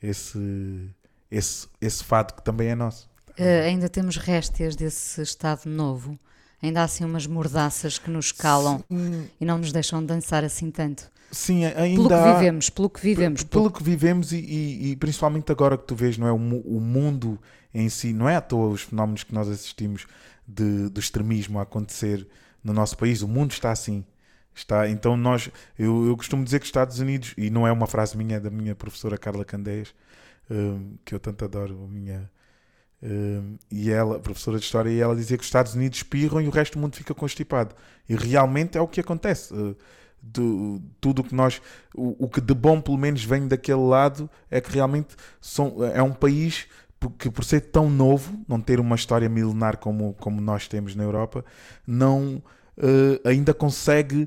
esse fado que também é nosso. Ainda temos réstias desse Estado novo? Ainda há assim umas mordaças que nos calam e não nos deixam dançar assim tanto? Sim, ainda pelo que vivemos. Pelo que vivemos e principalmente agora que tu vês, não é, o mundo em si, não é à toa os fenómenos que nós assistimos do extremismo a acontecer no nosso país. O mundo está assim. Então eu costumo dizer que os Estados Unidos, e não é uma frase minha, é da minha professora Carla Candeias, que eu tanto adoro, E ela, professora de História, e ela dizia que os Estados Unidos espirram e o resto do mundo fica constipado. E realmente é o que acontece. Tudo o que o que de bom pelo menos vem daquele lado é que realmente é um país que, por ser tão novo, não ter uma história milenar como nós temos na Europa, não ainda consegue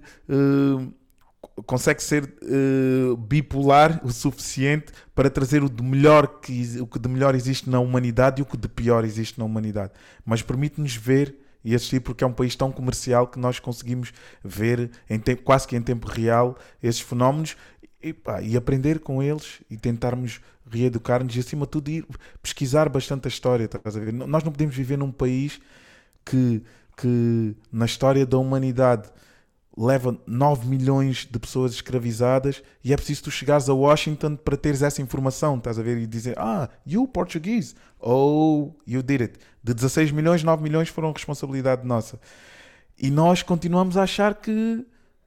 ser bipolar o suficiente para trazer o que de melhor existe na humanidade e o que de pior existe na humanidade, mas permite-nos ver e assistir, porque é um país tão comercial que nós conseguimos ver quase que em tempo real esses fenómenos e aprender com eles e tentarmos reeducar-nos e, acima de tudo, ir pesquisar bastante a história. Estás a ver? Nós não podemos viver num país que na história da humanidade leva 9 milhões de pessoas escravizadas e é preciso tu chegares a Washington para teres essa informação, estás a ver? E dizer, you Portuguese, you did it. De 16 milhões, 9 milhões foram responsabilidade nossa. E nós continuamos a achar que...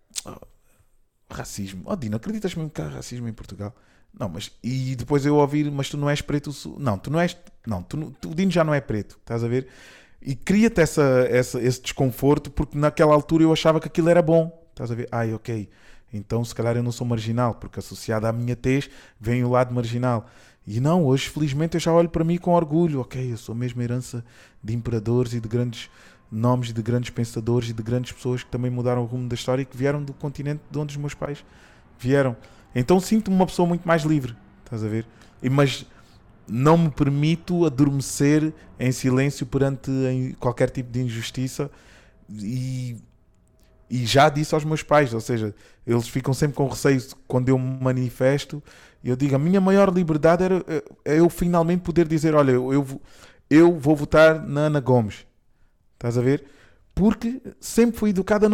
racismo. Dino, acreditas mesmo que há racismo em Portugal? Não, mas... E depois eu ouvir, mas tu não és preto... Não, tu não és... Não, o Dino já não é preto, estás a ver? E cria-te esse desconforto, porque naquela altura eu achava que aquilo era bom. Estás a ver? Ok. Então se calhar eu não sou marginal, porque associado à minha tez vem o lado marginal. E não, hoje felizmente eu já olho para mim com orgulho. Ok, eu sou mesmo herança de imperadores e de grandes nomes, de grandes pensadores e de grandes pessoas que também mudaram o rumo da história e que vieram do continente de onde os meus pais vieram. Então sinto-me uma pessoa muito mais livre. Estás a ver? Mas... não me permito adormecer em silêncio perante qualquer tipo de injustiça e já disse aos meus pais, ou seja, eles ficam sempre com receio quando eu me manifesto e eu digo, a minha maior liberdade é eu finalmente poder dizer, olha, eu vou votar na Ana Gomes, estás a ver? Porque sempre fui educada,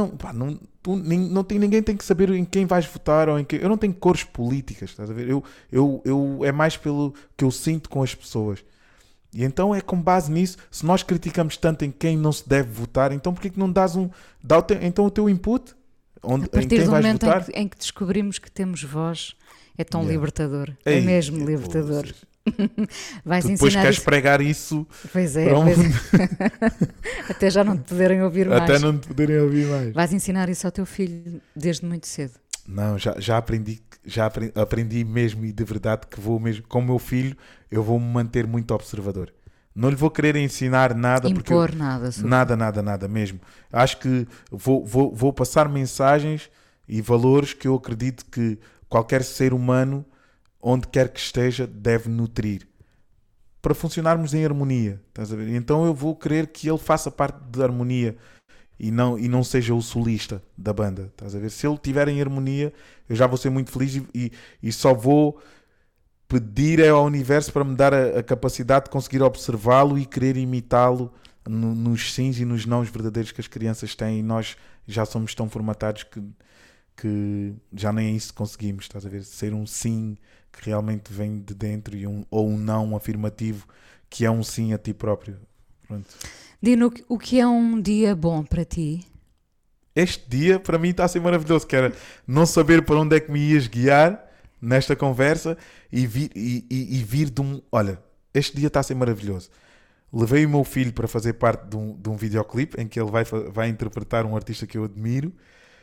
ninguém tem que saber em quem vais votar ou em quem. Eu não tenho cores políticas, estás a ver? É mais pelo que eu sinto com as pessoas. E então é com base nisso, se nós criticamos tanto em quem não se deve votar, então porquê que não dás então o teu input? A partir do momento em que descobrimos que temos voz, é tão libertador. É mesmo libertador. Vais tu depois queres pregar isso. Pois é. Até já não te poderem ouvir mais. Até não te poderem ouvir mais. Vais ensinar isso ao teu filho desde muito cedo. Não, já aprendi mesmo, e de verdade que vou mesmo, com o meu filho, eu vou me manter muito observador. Não lhe vou querer ensinar nada. Impor nada. Nada mesmo. Acho que vou passar mensagens e valores que eu acredito que qualquer ser humano, onde quer que esteja, deve nutrir para funcionarmos em harmonia, estás a ver? Então eu vou querer que ele faça parte da harmonia e não seja o solista da banda, estás a ver? Se ele estiver em harmonia, eu já vou ser muito feliz e só vou pedir ao universo para me dar a capacidade de conseguir observá-lo e querer imitá-lo nos sims e nos nãos verdadeiros que as crianças têm, e nós já somos tão formatados que já nem isso conseguimos, estás a ver? Ser um sim que realmente vem de dentro ou um não afirmativo que é um sim a ti próprio. Pronto. Dino, o que é um dia bom para ti? Este dia para mim está a ser maravilhoso, que era não saber para onde é que me ias guiar nesta conversa e vir de um... Olha, este dia está a ser maravilhoso. Levei o meu filho para fazer parte de um videoclipe em que ele vai interpretar um artista que eu admiro,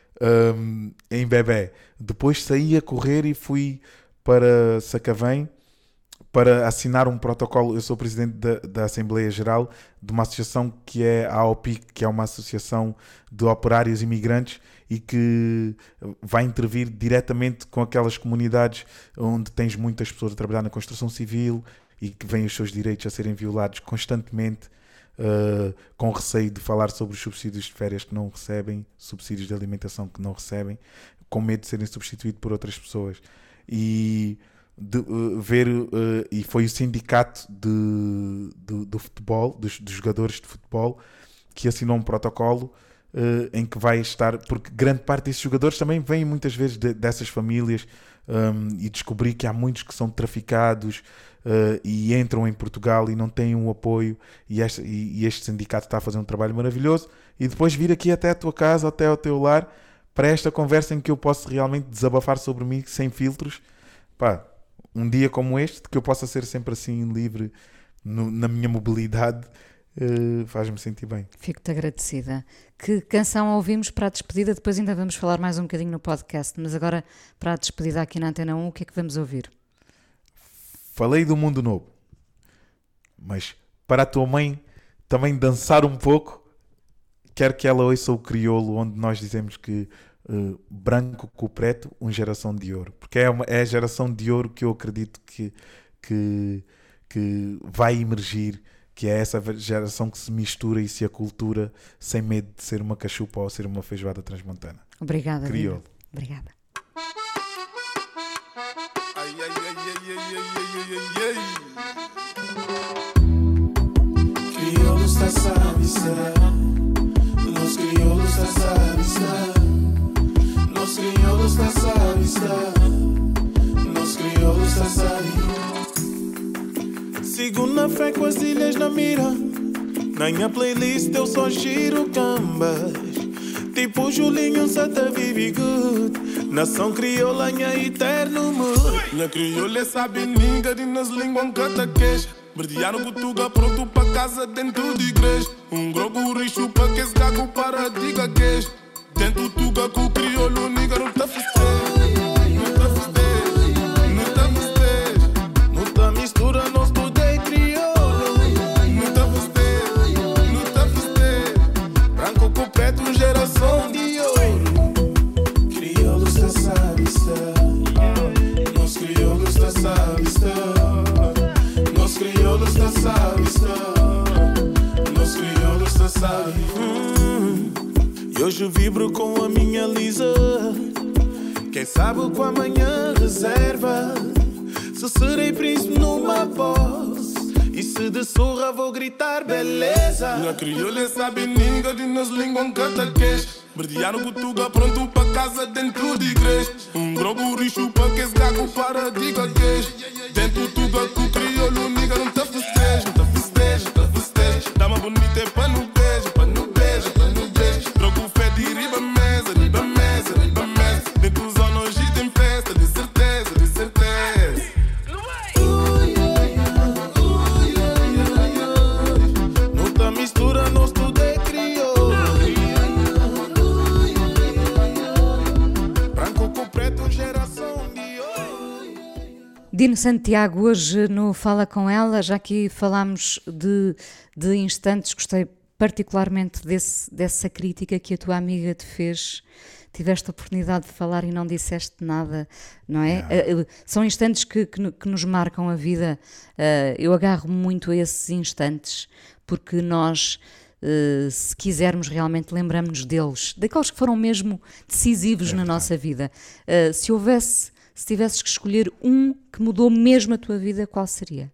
em Bebé. Depois saí a correr e fui para Sacavém para assinar um protocolo. Eu sou presidente da Assembleia Geral de uma associação que é a AOPIC, que é uma associação de operários imigrantes e que vai intervir diretamente com aquelas comunidades onde tens muitas pessoas a trabalhar na construção civil e que veem os seus direitos a serem violados constantemente, com receio de falar sobre os subsídios de férias que não recebem, subsídios de alimentação que não recebem, com medo de serem substituídos por outras pessoas. E foi o sindicato do futebol, dos jogadores de futebol, que assinou um protocolo em que vai estar, porque grande parte desses jogadores também vêm muitas vezes dessas famílias, e descobri que há muitos que são traficados e entram em Portugal e não têm um apoio, e este sindicato está a fazer um trabalho maravilhoso, e depois vir aqui até a tua casa, até ao teu lar, para esta conversa em que eu posso realmente desabafar sobre mim sem filtros. Um dia como este, que eu possa ser sempre assim livre na minha mobilidade, faz-me sentir bem. Fico-te agradecida. Que canção ouvimos para a despedida? Depois ainda vamos falar mais um bocadinho no podcast, mas agora para a despedida aqui na Antena 1, o que é que vamos ouvir? Falei do Mundo Novo, mas para a tua mãe também dançar um pouco, quero que ela ouça o Crioulo, onde nós dizemos que branco com o preto, uma geração de ouro, porque é a geração de ouro que eu acredito que vai emergir, que é essa geração que se mistura e se acultura sem medo de ser uma cachupa ou ser uma feijoada transmontana. Obrigada, Crioulo. Obrigada. Crioulos da Savista, los crioulos da Savista, los crioulos da Savista, los crioulos da Savista. Sigo na fé com as ilhas na mira, na minha playlist eu só giro cambas, tipo Julinho Santa Vivi Good. Nação crioula, minha eterno mood. Minha crioula sabe ninga de nas línguas um cataqueja. Verdear no Gutuga pronto pra casa dentro de igreja. Um grogo rixo pra que esse gago para diga queijo. Dentro do Tuga com o crioulo, niga não tá festejo. Não tá festejo, não tá festejo. Não tá mistura, não estudei crioulo. Não tá festejo, não tá festejo. Branco com preto, geração de ouro. Crioulos da Savista, nós crioulos da Savista, nós crioulos da Savista, nós crioulos da Savista. E hoje vibro com a minha Lisa. Quem sabe com amanhã reserva. Se serei príncipe numa posse, e se de surra vou gritar beleza. Na crioula sabe ninga de nas línguas um cataquês. Verdear no Gutuga pronto pra casa dentro de igreja. Um grogo rixo pra que esse gago para diga queijo. Dentro do Tuga com o crioulo, niga não tá festejo. Não tá festejo, não tá festejo. Dá uma bonita é pra no beijo, pra no beijo, pra no beijo. Drogo fé de riba mesa, riba mesa, riba mesa. Dentro dos anos hoje tem festa, de certeza, de certeza. Não tá mistura, não estudei crioulo. Branco com preto, geração de ouro. Dino Santiago, hoje no Fala Com Ela, já aqui falámos de instantes, gostei particularmente dessa crítica que a tua amiga te fez. Tiveste a oportunidade de falar e não disseste nada, não é? São instantes que nos marcam a vida. Eu agarro muito a esses instantes, porque nós, se quisermos realmente, lembramos-nos deles, daqueles que foram mesmo decisivos na nossa vida. Se tivesses que escolher um que mudou mesmo a tua vida, qual seria?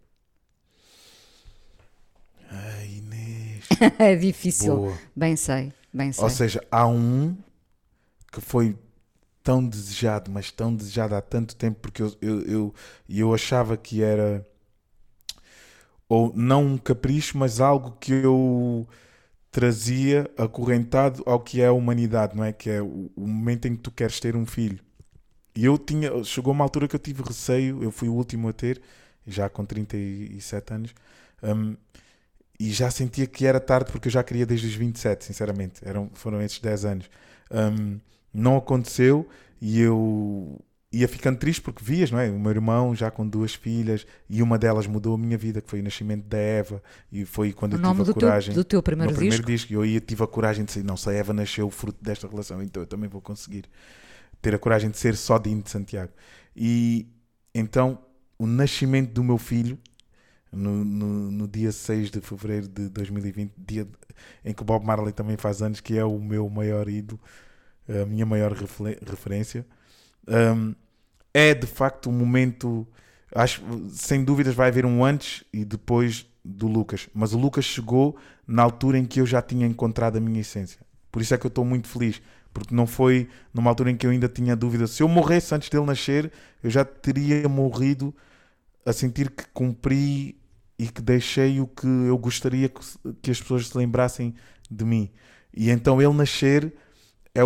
Ai, Inês. É difícil. Boa. Bem sei. Ou seja, há um que foi tão desejado, mas tão desejado há tanto tempo, porque eu achava que era, ou não um capricho, mas algo que eu trazia acorrentado ao que é a humanidade, não é? Que é o momento em que tu queres ter um filho. E chegou uma altura que eu tive receio, eu fui o último a ter, já com 37 anos, e já sentia que era tarde, porque eu já queria desde os 27, sinceramente, foram esses 10 anos. Não aconteceu e eu ia ficando triste porque vias, não é? O meu irmão já com 2 filhas e uma delas mudou a minha vida, que foi o nascimento da Eva, e foi quando eu tive a coragem. Do teu primeiro disco. Eu tive a coragem de dizer, não, se a Eva nasceu fruto desta relação, então eu também vou conseguir ter a coragem de ser só Dino de Santiago. E então o nascimento do meu filho no dia 6 de fevereiro de 2020, dia em que o Bob Marley também faz anos, que é o meu maior ídolo, a minha maior referência, é de facto um momento, acho, sem dúvidas vai haver um antes e depois do Lucas, mas o Lucas chegou na altura em que eu já tinha encontrado a minha essência, por isso é que eu estou muito feliz, porque não foi numa altura em que eu ainda tinha dúvida. Se eu morresse antes dele nascer, eu já teria morrido a sentir que cumpri e que deixei o que eu gostaria que as pessoas se lembrassem de mim. E então ele nascer é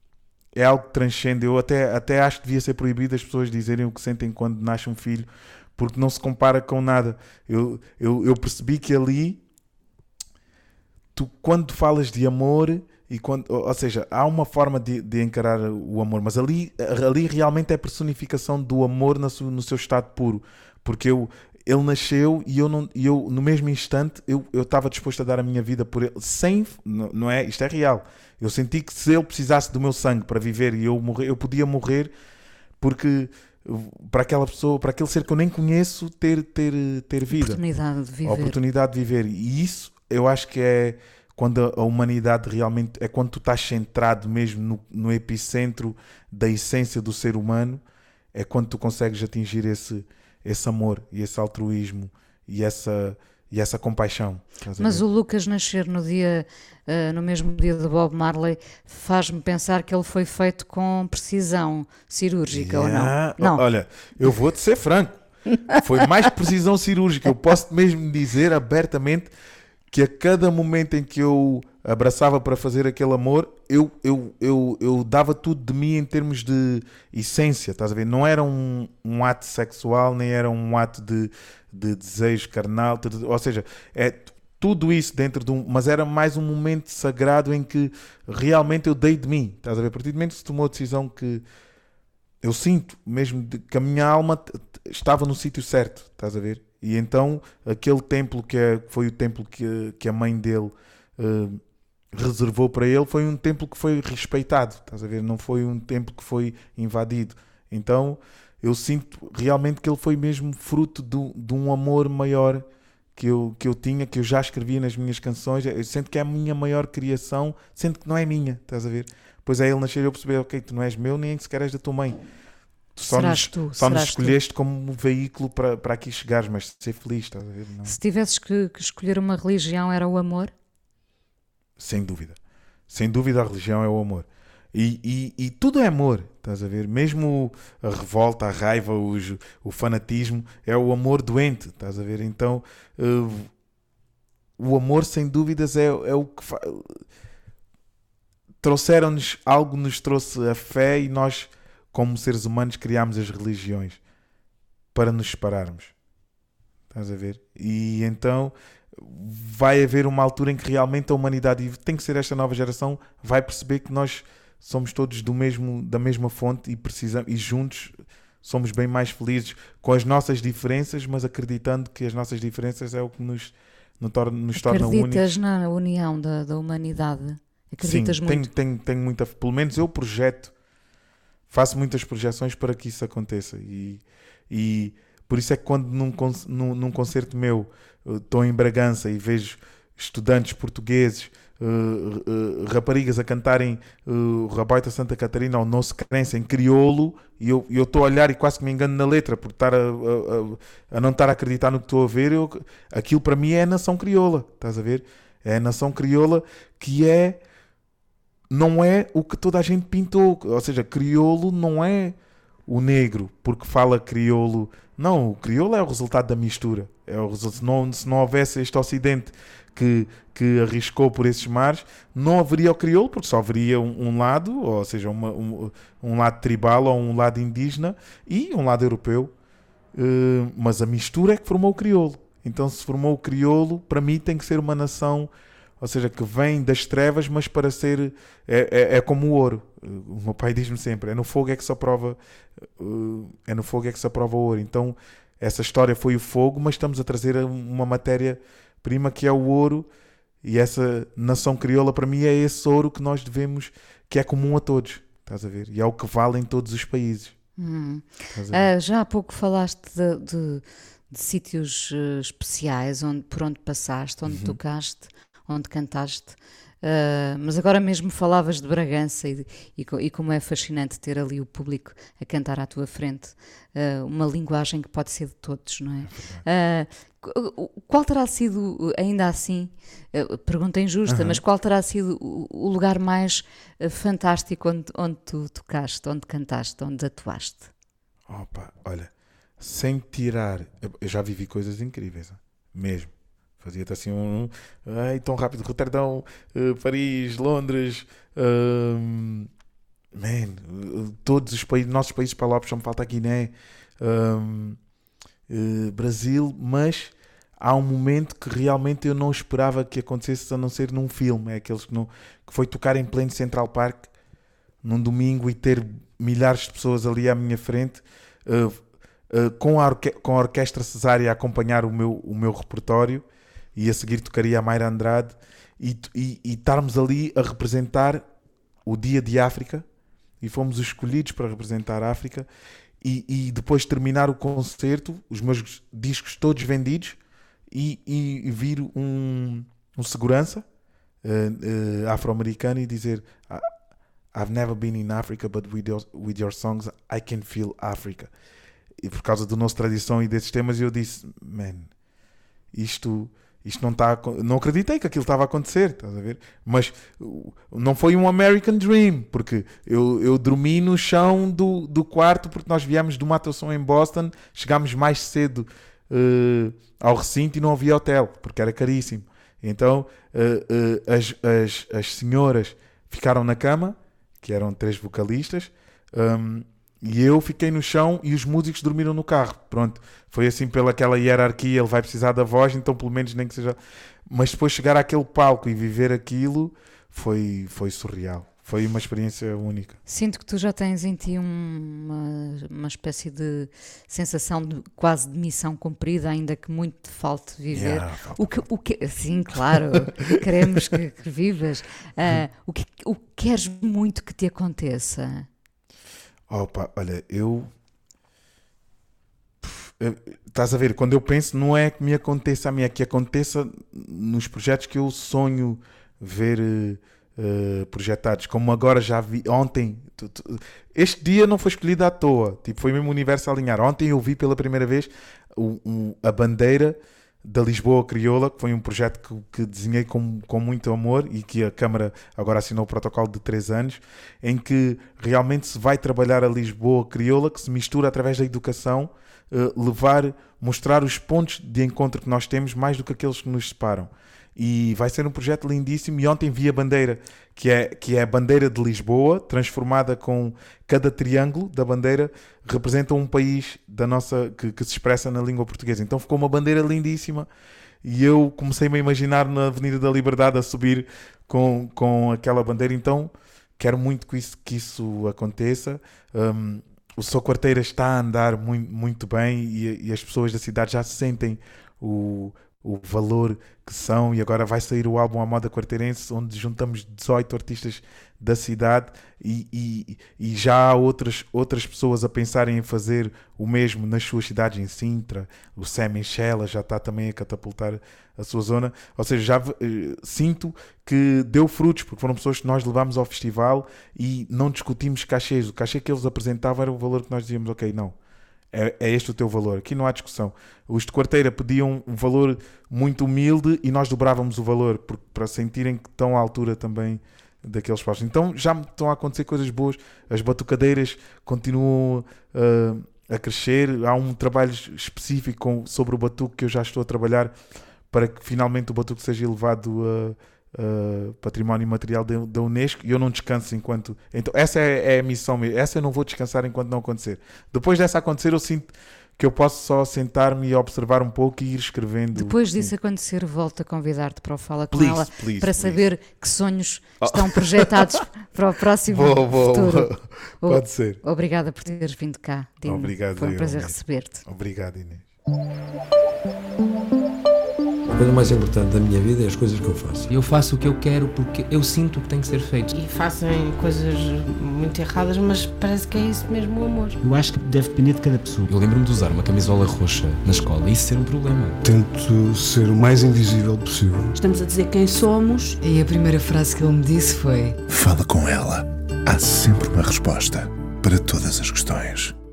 algo que transcende. Eu até acho que devia ser proibido as pessoas dizerem o que sentem quando nasce um filho, porque não se compara com nada. Eu percebi que ali, quando falas de amor, ou seja, há uma forma de encarar o amor, mas ali realmente é a personificação do amor no seu estado puro, porque ele nasceu e eu no mesmo instante eu estava disposto a dar a minha vida por ele, não é, isto é real. Eu senti que se ele precisasse do meu sangue para viver e eu podia morrer, porque para aquela pessoa, para aquele ser que eu nem conheço, ter vida, oportunidade de viver. E isso eu acho que é quando a humanidade realmente, é quando tu estás centrado mesmo no epicentro da essência do ser humano, é quando tu consegues atingir esse amor e esse altruísmo e essa compaixão. Mas o Lucas nascer no mesmo dia de Bob Marley faz-me pensar que ele foi feito com precisão cirúrgica, ou não? Não. Olha, eu vou-te ser franco. Foi mais precisão cirúrgica. Eu posso mesmo dizer abertamente que a cada momento em que eu abraçava para fazer aquele amor, eu dava tudo de mim em termos de essência, estás a ver? Não era um ato sexual, nem era um ato de desejo carnal, ou seja, é tudo isso dentro de mas era mais um momento sagrado em que realmente eu dei de mim, estás a ver? A partir do momento que se tomou a decisão, que eu sinto mesmo que a minha alma estava no sítio certo, estás a ver? E então aquele templo foi o templo que a mãe dele reservou para ele, foi um templo que foi respeitado, estás a ver? Não foi um templo que foi invadido. Então eu sinto realmente que ele foi mesmo fruto de um amor maior que eu tinha, que eu já escrevia nas minhas canções. Eu sinto que é a minha maior criação, sendo que não é minha, estás a ver? Pois é, ele nascer e eu perceber, ok, tu não és meu, nem sequer és da tua mãe. Tu só nos escolheste como um veículo para aqui chegares, mas ser feliz, estás a ver? Não. Se tivesses que escolher uma religião, era o amor? Sem dúvida. Sem dúvida a religião é o amor. E tudo é amor, estás a ver? Mesmo a revolta, a raiva, o fanatismo, é o amor doente, estás a ver? Então, o amor, sem dúvidas, é o que faz. Trouxeram-nos algo, nos trouxe a fé, e nós, como seres humanos, criámos as religiões para nos separarmos. Estás a ver? E então vai haver uma altura em que realmente a humanidade, e tem que ser esta nova geração, vai perceber que nós somos todos da mesma fonte e juntos somos bem mais felizes com as nossas diferenças, mas acreditando que as nossas diferenças é o que nos torna únicos. Acreditas na união da humanidade? Acreditas? Sim, muito? Tenho muita, pelo menos eu faço muitas projeções para que isso aconteça, e por isso é que quando num concerto meu estou em Bragança e vejo estudantes portugueses, raparigas a cantarem o Rabaita Santa Catarina ou Nosso Crença em crioulo, e eu estou a olhar e quase que me engano na letra por estar a não estar a acreditar no que estou a ver, aquilo para mim é a nação crioula, estás a ver? É a nação crioula que não é o que toda a gente pintou, ou seja, crioulo não é o negro porque fala crioulo. Não, o crioulo é o resultado da mistura. Se não houvesse este ocidente que arriscou por esses mares, não haveria o crioulo, porque só haveria um lado, ou seja, um lado tribal ou um lado indígena e um lado europeu. Mas a mistura é que formou o crioulo. Então, se formou o crioulo, para mim tem que ser uma nação, ou seja, que vem das trevas, mas para ser... É como o ouro. O meu pai diz-me sempre, é no fogo é que se aprova o ouro. Então, essa história foi o fogo, mas estamos a trazer uma matéria-prima que é o ouro, e essa nação crioula, para mim, é esse ouro que nós devemos, que é comum a todos, estás a ver? E é o que vale em todos os países. Já há pouco falaste de sítios especiais por onde passaste, onde tocaste, onde cantaste, mas agora mesmo falavas de Bragança e como é fascinante ter ali o público a cantar à tua frente, uma linguagem que pode ser de todos, não é? Qual terá sido, ainda assim, pergunta injusta, mas qual terá sido o lugar mais fantástico onde tu tocaste, onde cantaste, onde atuaste? Opa, olha, sem tirar, eu já vivi coisas incríveis, mesmo. Fazia-te assim tão rápido, Roterdão, Paris, Londres, todos os nossos países para lá, só me falta a Guiné. Brasil, mas há um momento que realmente eu não esperava que acontecesse, a não ser num filme. É aqueles que foi tocar em pleno Central Park num domingo e ter milhares de pessoas ali à minha frente, com a Orquestra Cesária a acompanhar o meu repertório, e a seguir tocaria a Mayra Andrade, e estarmos ali a representar o Dia de África, e fomos escolhidos para representar a África, e depois terminar o concerto, os meus discos todos vendidos, e vir um segurança afro-americano e dizer: I've never been in Africa, but with your songs I can feel Africa. E por causa do nosso tradição e desses temas, eu disse: man, isto não está, não acreditei que aquilo estava a acontecer, estás a ver? Mas não foi um American Dream, porque eu dormi no chão do quarto, porque nós viemos de uma atuação em Boston, chegámos mais cedo ao recinto e não havia hotel, porque era caríssimo. Então as senhoras ficaram na cama, que eram 3 vocalistas, e eu fiquei no chão e os músicos dormiram no carro. Pronto, foi assim pelaquela hierarquia, ele vai precisar da voz, então pelo menos nem que seja... Mas depois chegar àquele palco e viver aquilo foi surreal. Foi uma experiência única. Sinto que tu já tens em ti uma espécie de sensação quase de missão cumprida, ainda que muito te falte viver. Sim, claro, queremos que vivas. O que queres muito que te aconteça? Opa, olha, estás a ver, quando eu penso, não é que me aconteça a mim, é que aconteça nos projetos que eu sonho ver projetados, como agora já vi ontem. Este dia não foi escolhido à toa, tipo, foi mesmo o universo a alinhar. Ontem eu vi pela primeira vez a bandeira da Lisboa Crioula, que foi um projeto que desenhei com muito amor, e que a Câmara agora assinou o protocolo de 3 anos, em que realmente se vai trabalhar a Lisboa Crioula, que se mistura através da educação, mostrar os pontos de encontro que nós temos, mais do que aqueles que nos separam. E vai ser um projeto lindíssimo. E ontem vi a bandeira, que é a bandeira de Lisboa, transformada com cada triângulo da bandeira, representa um país da nossa, que se expressa na língua portuguesa. Então ficou uma bandeira lindíssima. E eu comecei-me a imaginar na Avenida da Liberdade a subir com aquela bandeira. Então quero muito que isso aconteça. O Sou Quarteira está a andar muito, muito bem, e as pessoas da cidade já sentem o valor que são, e agora vai sair o álbum A Moda Quarteirense, onde juntamos 18 artistas da cidade, e já há outras pessoas a pensarem em fazer o mesmo nas suas cidades, em Sintra. O Sam Michela já está também a catapultar a sua zona. Ou seja, já sinto que deu frutos, porque foram pessoas que nós levámos ao festival e não discutimos cachês. O cachê que eles apresentavam era o valor que nós dizíamos: ok, não, é este o teu valor. Aqui não há discussão. Os de Quarteira pediam um valor muito humilde e nós dobrávamos o valor, para sentirem que estão à altura também daqueles espaços. Então já me estão a acontecer coisas boas. As batucadeiras continuam a crescer. Há um trabalho específico sobre o batuque que eu já estou a trabalhar, para que finalmente o batuque seja elevado a património material da Unesco, e eu não descanso enquanto... Então essa é a missão mesmo. Essa eu não vou descansar enquanto não acontecer. Depois dessa acontecer, eu sinto que eu posso só sentar-me e observar um pouco e ir escrevendo. Depois disso acontecer, volto a convidar-te para o Fala Com Ela, para saber que sonhos estão projetados para o próximo futuro. Pode ser. Obrigada por teres vindo cá, Dino. Obrigado. Foi um prazer receber-te. Obrigado, Inês. A coisa mais importante da minha vida é as coisas que eu faço. Eu faço o que eu quero porque eu sinto que tem que ser feito. E fazem coisas muito erradas, mas parece que é isso mesmo o amor. Eu acho que deve depender de cada pessoa. Eu lembro-me de usar uma camisola roxa na escola e isso ser um problema. Tento ser o mais invisível possível. Estamos a dizer quem somos. E a primeira frase que ele me disse foi: Fala com ela. Há sempre uma resposta para todas as questões.